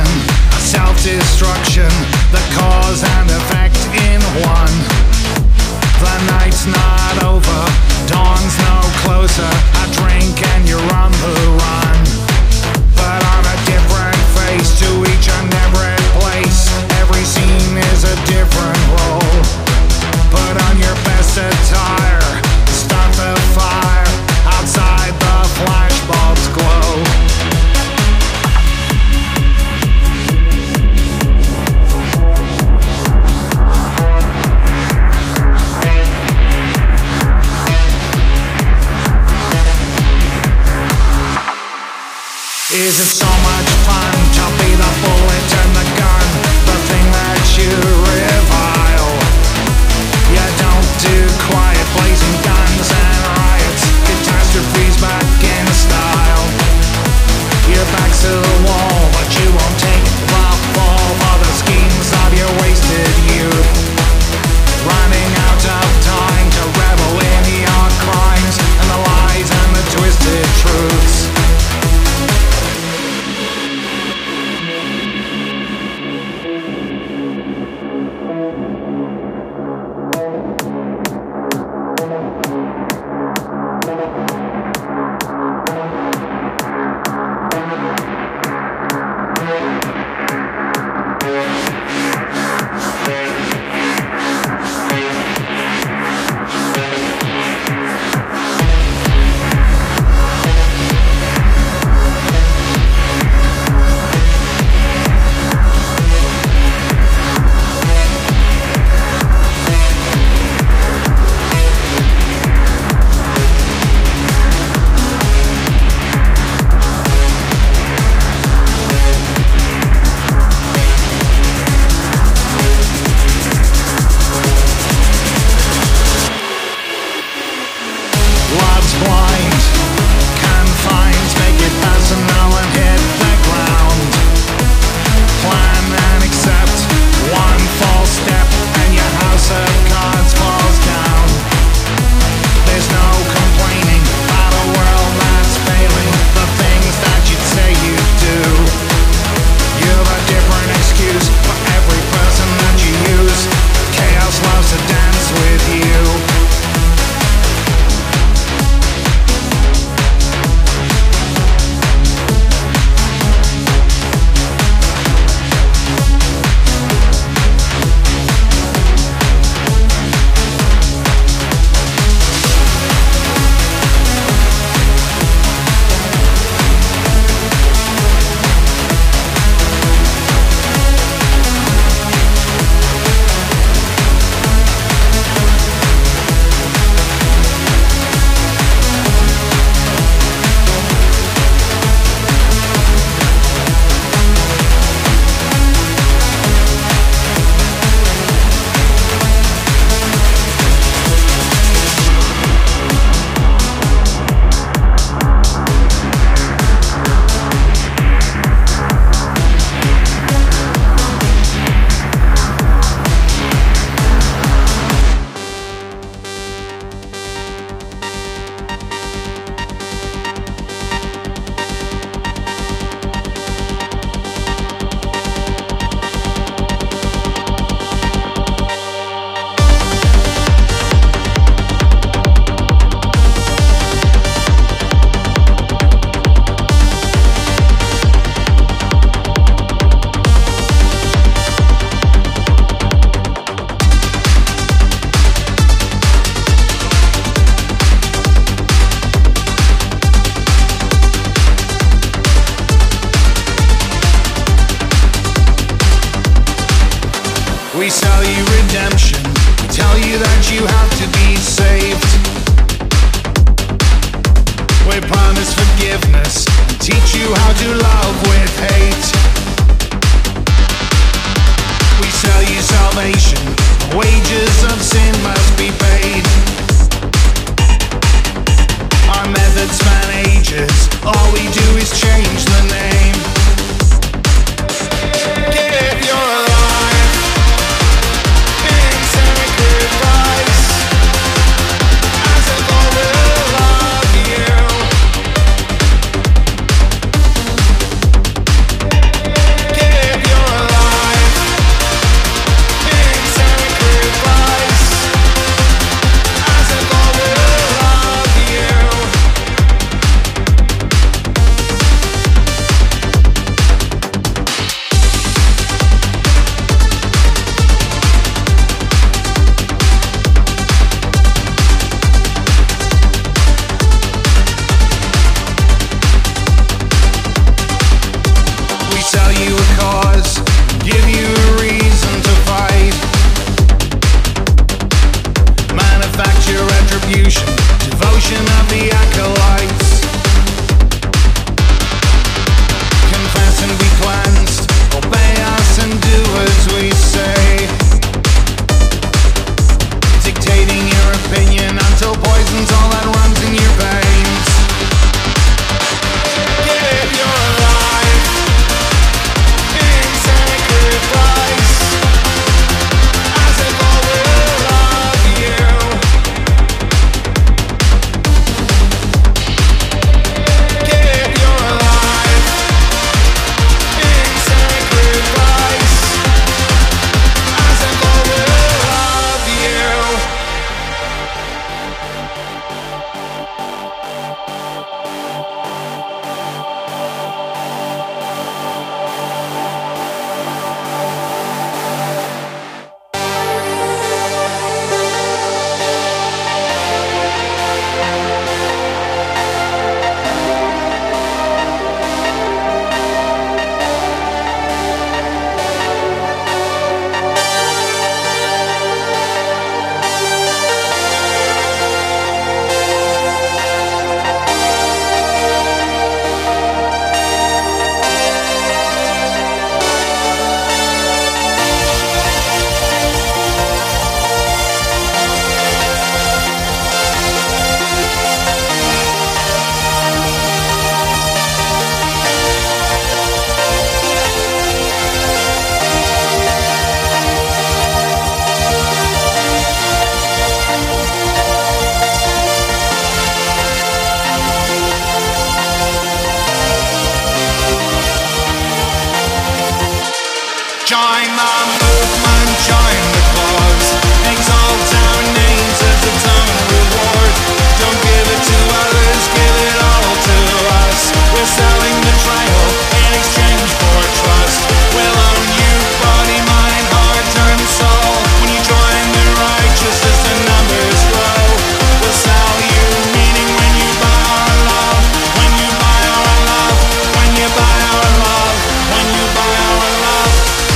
Self-destruction, the cause and effect in one. together, a drink and you're on the run. But on a different face to each and every place. Every scene is a different role. Put on your best attire, start the fire. Outside the flashbulbs glow. Is it so much fun to be the bullet and the gun, the thing that you revile? You don't do quiet blazing guns and riots, catastrophes back in style. Your back's to the wall, but you won't take the fall for the schemes of your wasted youth. Running out of time to revel in your crimes and the lies and the twisted truths. We sell you redemption, we tell you that you have to be saved. We promise forgiveness and teach you how to love with hate. We sell you salvation, wages of sin must be paid. Our methods span ages, all we do is change the name. Give your life in sacrifice, as if all will love you. Give your life in sacrifice, as if all will love you. Join the movement, join the cause. Exalt our names as its own reward. Don't give it to others, give it all to us. We're selling betrayal in exchange for trust. We'll own you, body, mind, heart, and soul. When you join the righteous as the numbers grow, we'll sell you meaning when you buy our love. When you buy our love, when you buy our love, when you buy our love.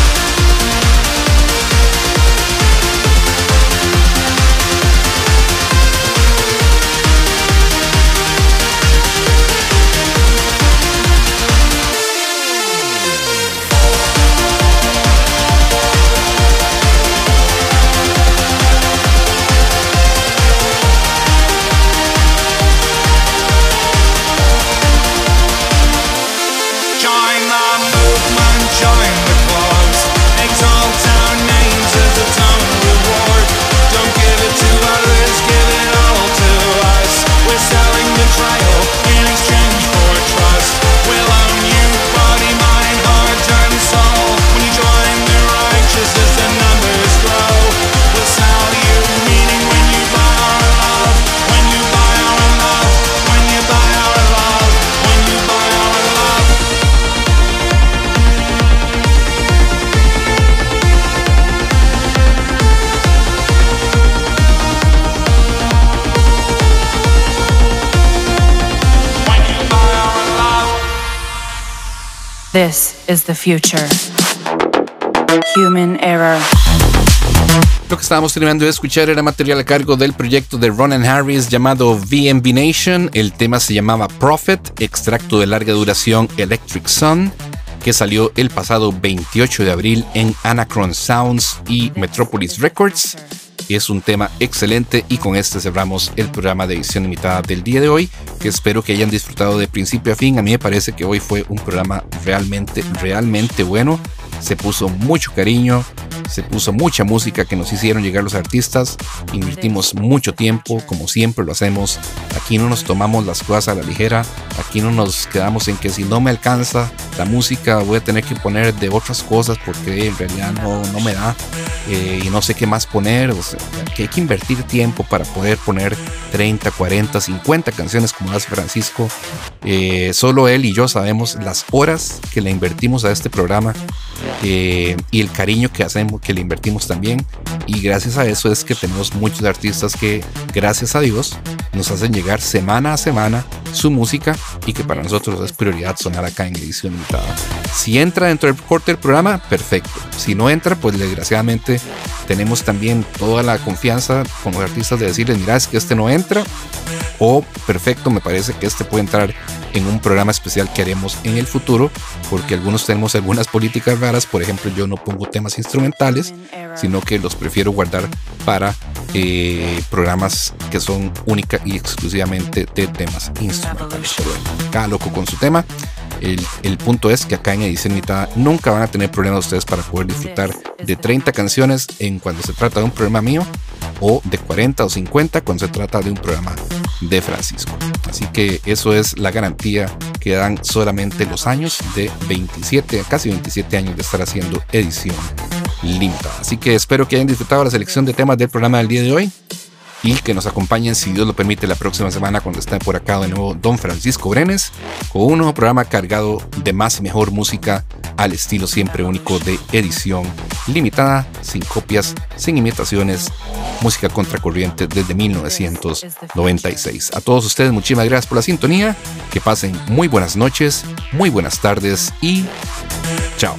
Join the movement, join the cause. Exalt our names as its own reward. Don't give it to others, give it all to us. We're selling betrayal in exchange for trust. We'll own you, body, mind, heart, and soul. When you join the righteous as the numbers grow, we'll sell you meaning when you buy our love. When you buy our love, when you buy our love, when you buy our love. This is the future. Human error. Lo que estábamos terminando de escuchar era material a cargo del proyecto de Ronan Harris llamado V M B Nation. El tema se llamaba Prophet, extracto de larga duración Electric Sun, que salió el pasado veintiocho de abril en Anachron Sounds y Metropolis Records. Es un tema excelente y con este cerramos el programa de edición limitada del día de hoy, que espero que hayan disfrutado de principio a fin. A mí me parece que hoy fue un programa realmente, realmente bueno. Se puso mucho cariño, se puso mucha música que nos hicieron llegar los artistas. Invertimos mucho tiempo, como siempre lo hacemos. Aquí no nos tomamos las cosas a la ligera. Aquí no nos quedamos en que si no me alcanza la música voy a tener que poner de otras cosas porque en realidad no, no me da eh, y no sé qué más poner. O sea, que hay que invertir tiempo para poder poner treinta, cuarenta, cincuenta canciones como hace Francisco. Eh, solo él y yo sabemos las horas que le invertimos a este programa. Eh, y el cariño que hacemos, que le invertimos también, y gracias a eso es que tenemos muchos artistas que gracias a Dios nos hacen llegar semana a semana su música y que para nosotros es prioridad sonar acá en edición limitada. Si entra dentro del corte del programa, perfecto. Si no entra, pues desgraciadamente tenemos también toda la confianza con los artistas de decirles, mira, es que este no entra, o perfecto, me parece que este puede entrar en un programa especial que haremos en el futuro, porque algunos tenemos algunas políticas raras. Por ejemplo, yo no pongo temas instrumentales, sino que los prefiero guardar para eh, programas que son única y exclusivamente de temas instrumentales. Pero bueno, cada loco con su tema. El, el punto es que acá en edición limitada nunca van a tener problemas ustedes para poder disfrutar de treinta canciones en cuando se trata de un programa mío, o de cuarenta o cincuenta cuando se trata de un programa de Francisco. Así que eso es la garantía que dan solamente los años de veintisiete, casi veintisiete años de estar haciendo edición limitada. Así que espero que hayan disfrutado la selección de temas del programa del día de hoy y que nos acompañen, si Dios lo permite, la próxima semana cuando esté por acá de nuevo Don Francisco Brenes con un nuevo programa cargado de más y mejor música al estilo siempre único de edición limitada, sin copias, sin imitaciones, música contracorriente desde mil novecientos noventa y seis. A todos ustedes muchísimas gracias por la sintonía, que pasen muy buenas noches, muy buenas tardes y chao.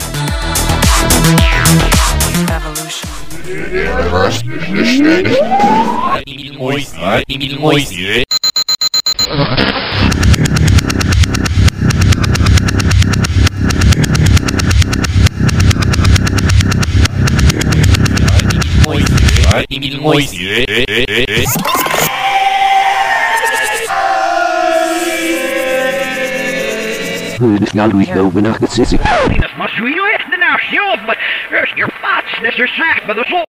Hördes jag aldrig någon natt sist? Das machst du nicht, now, sure, but your thoughts, this are sack, but the soul.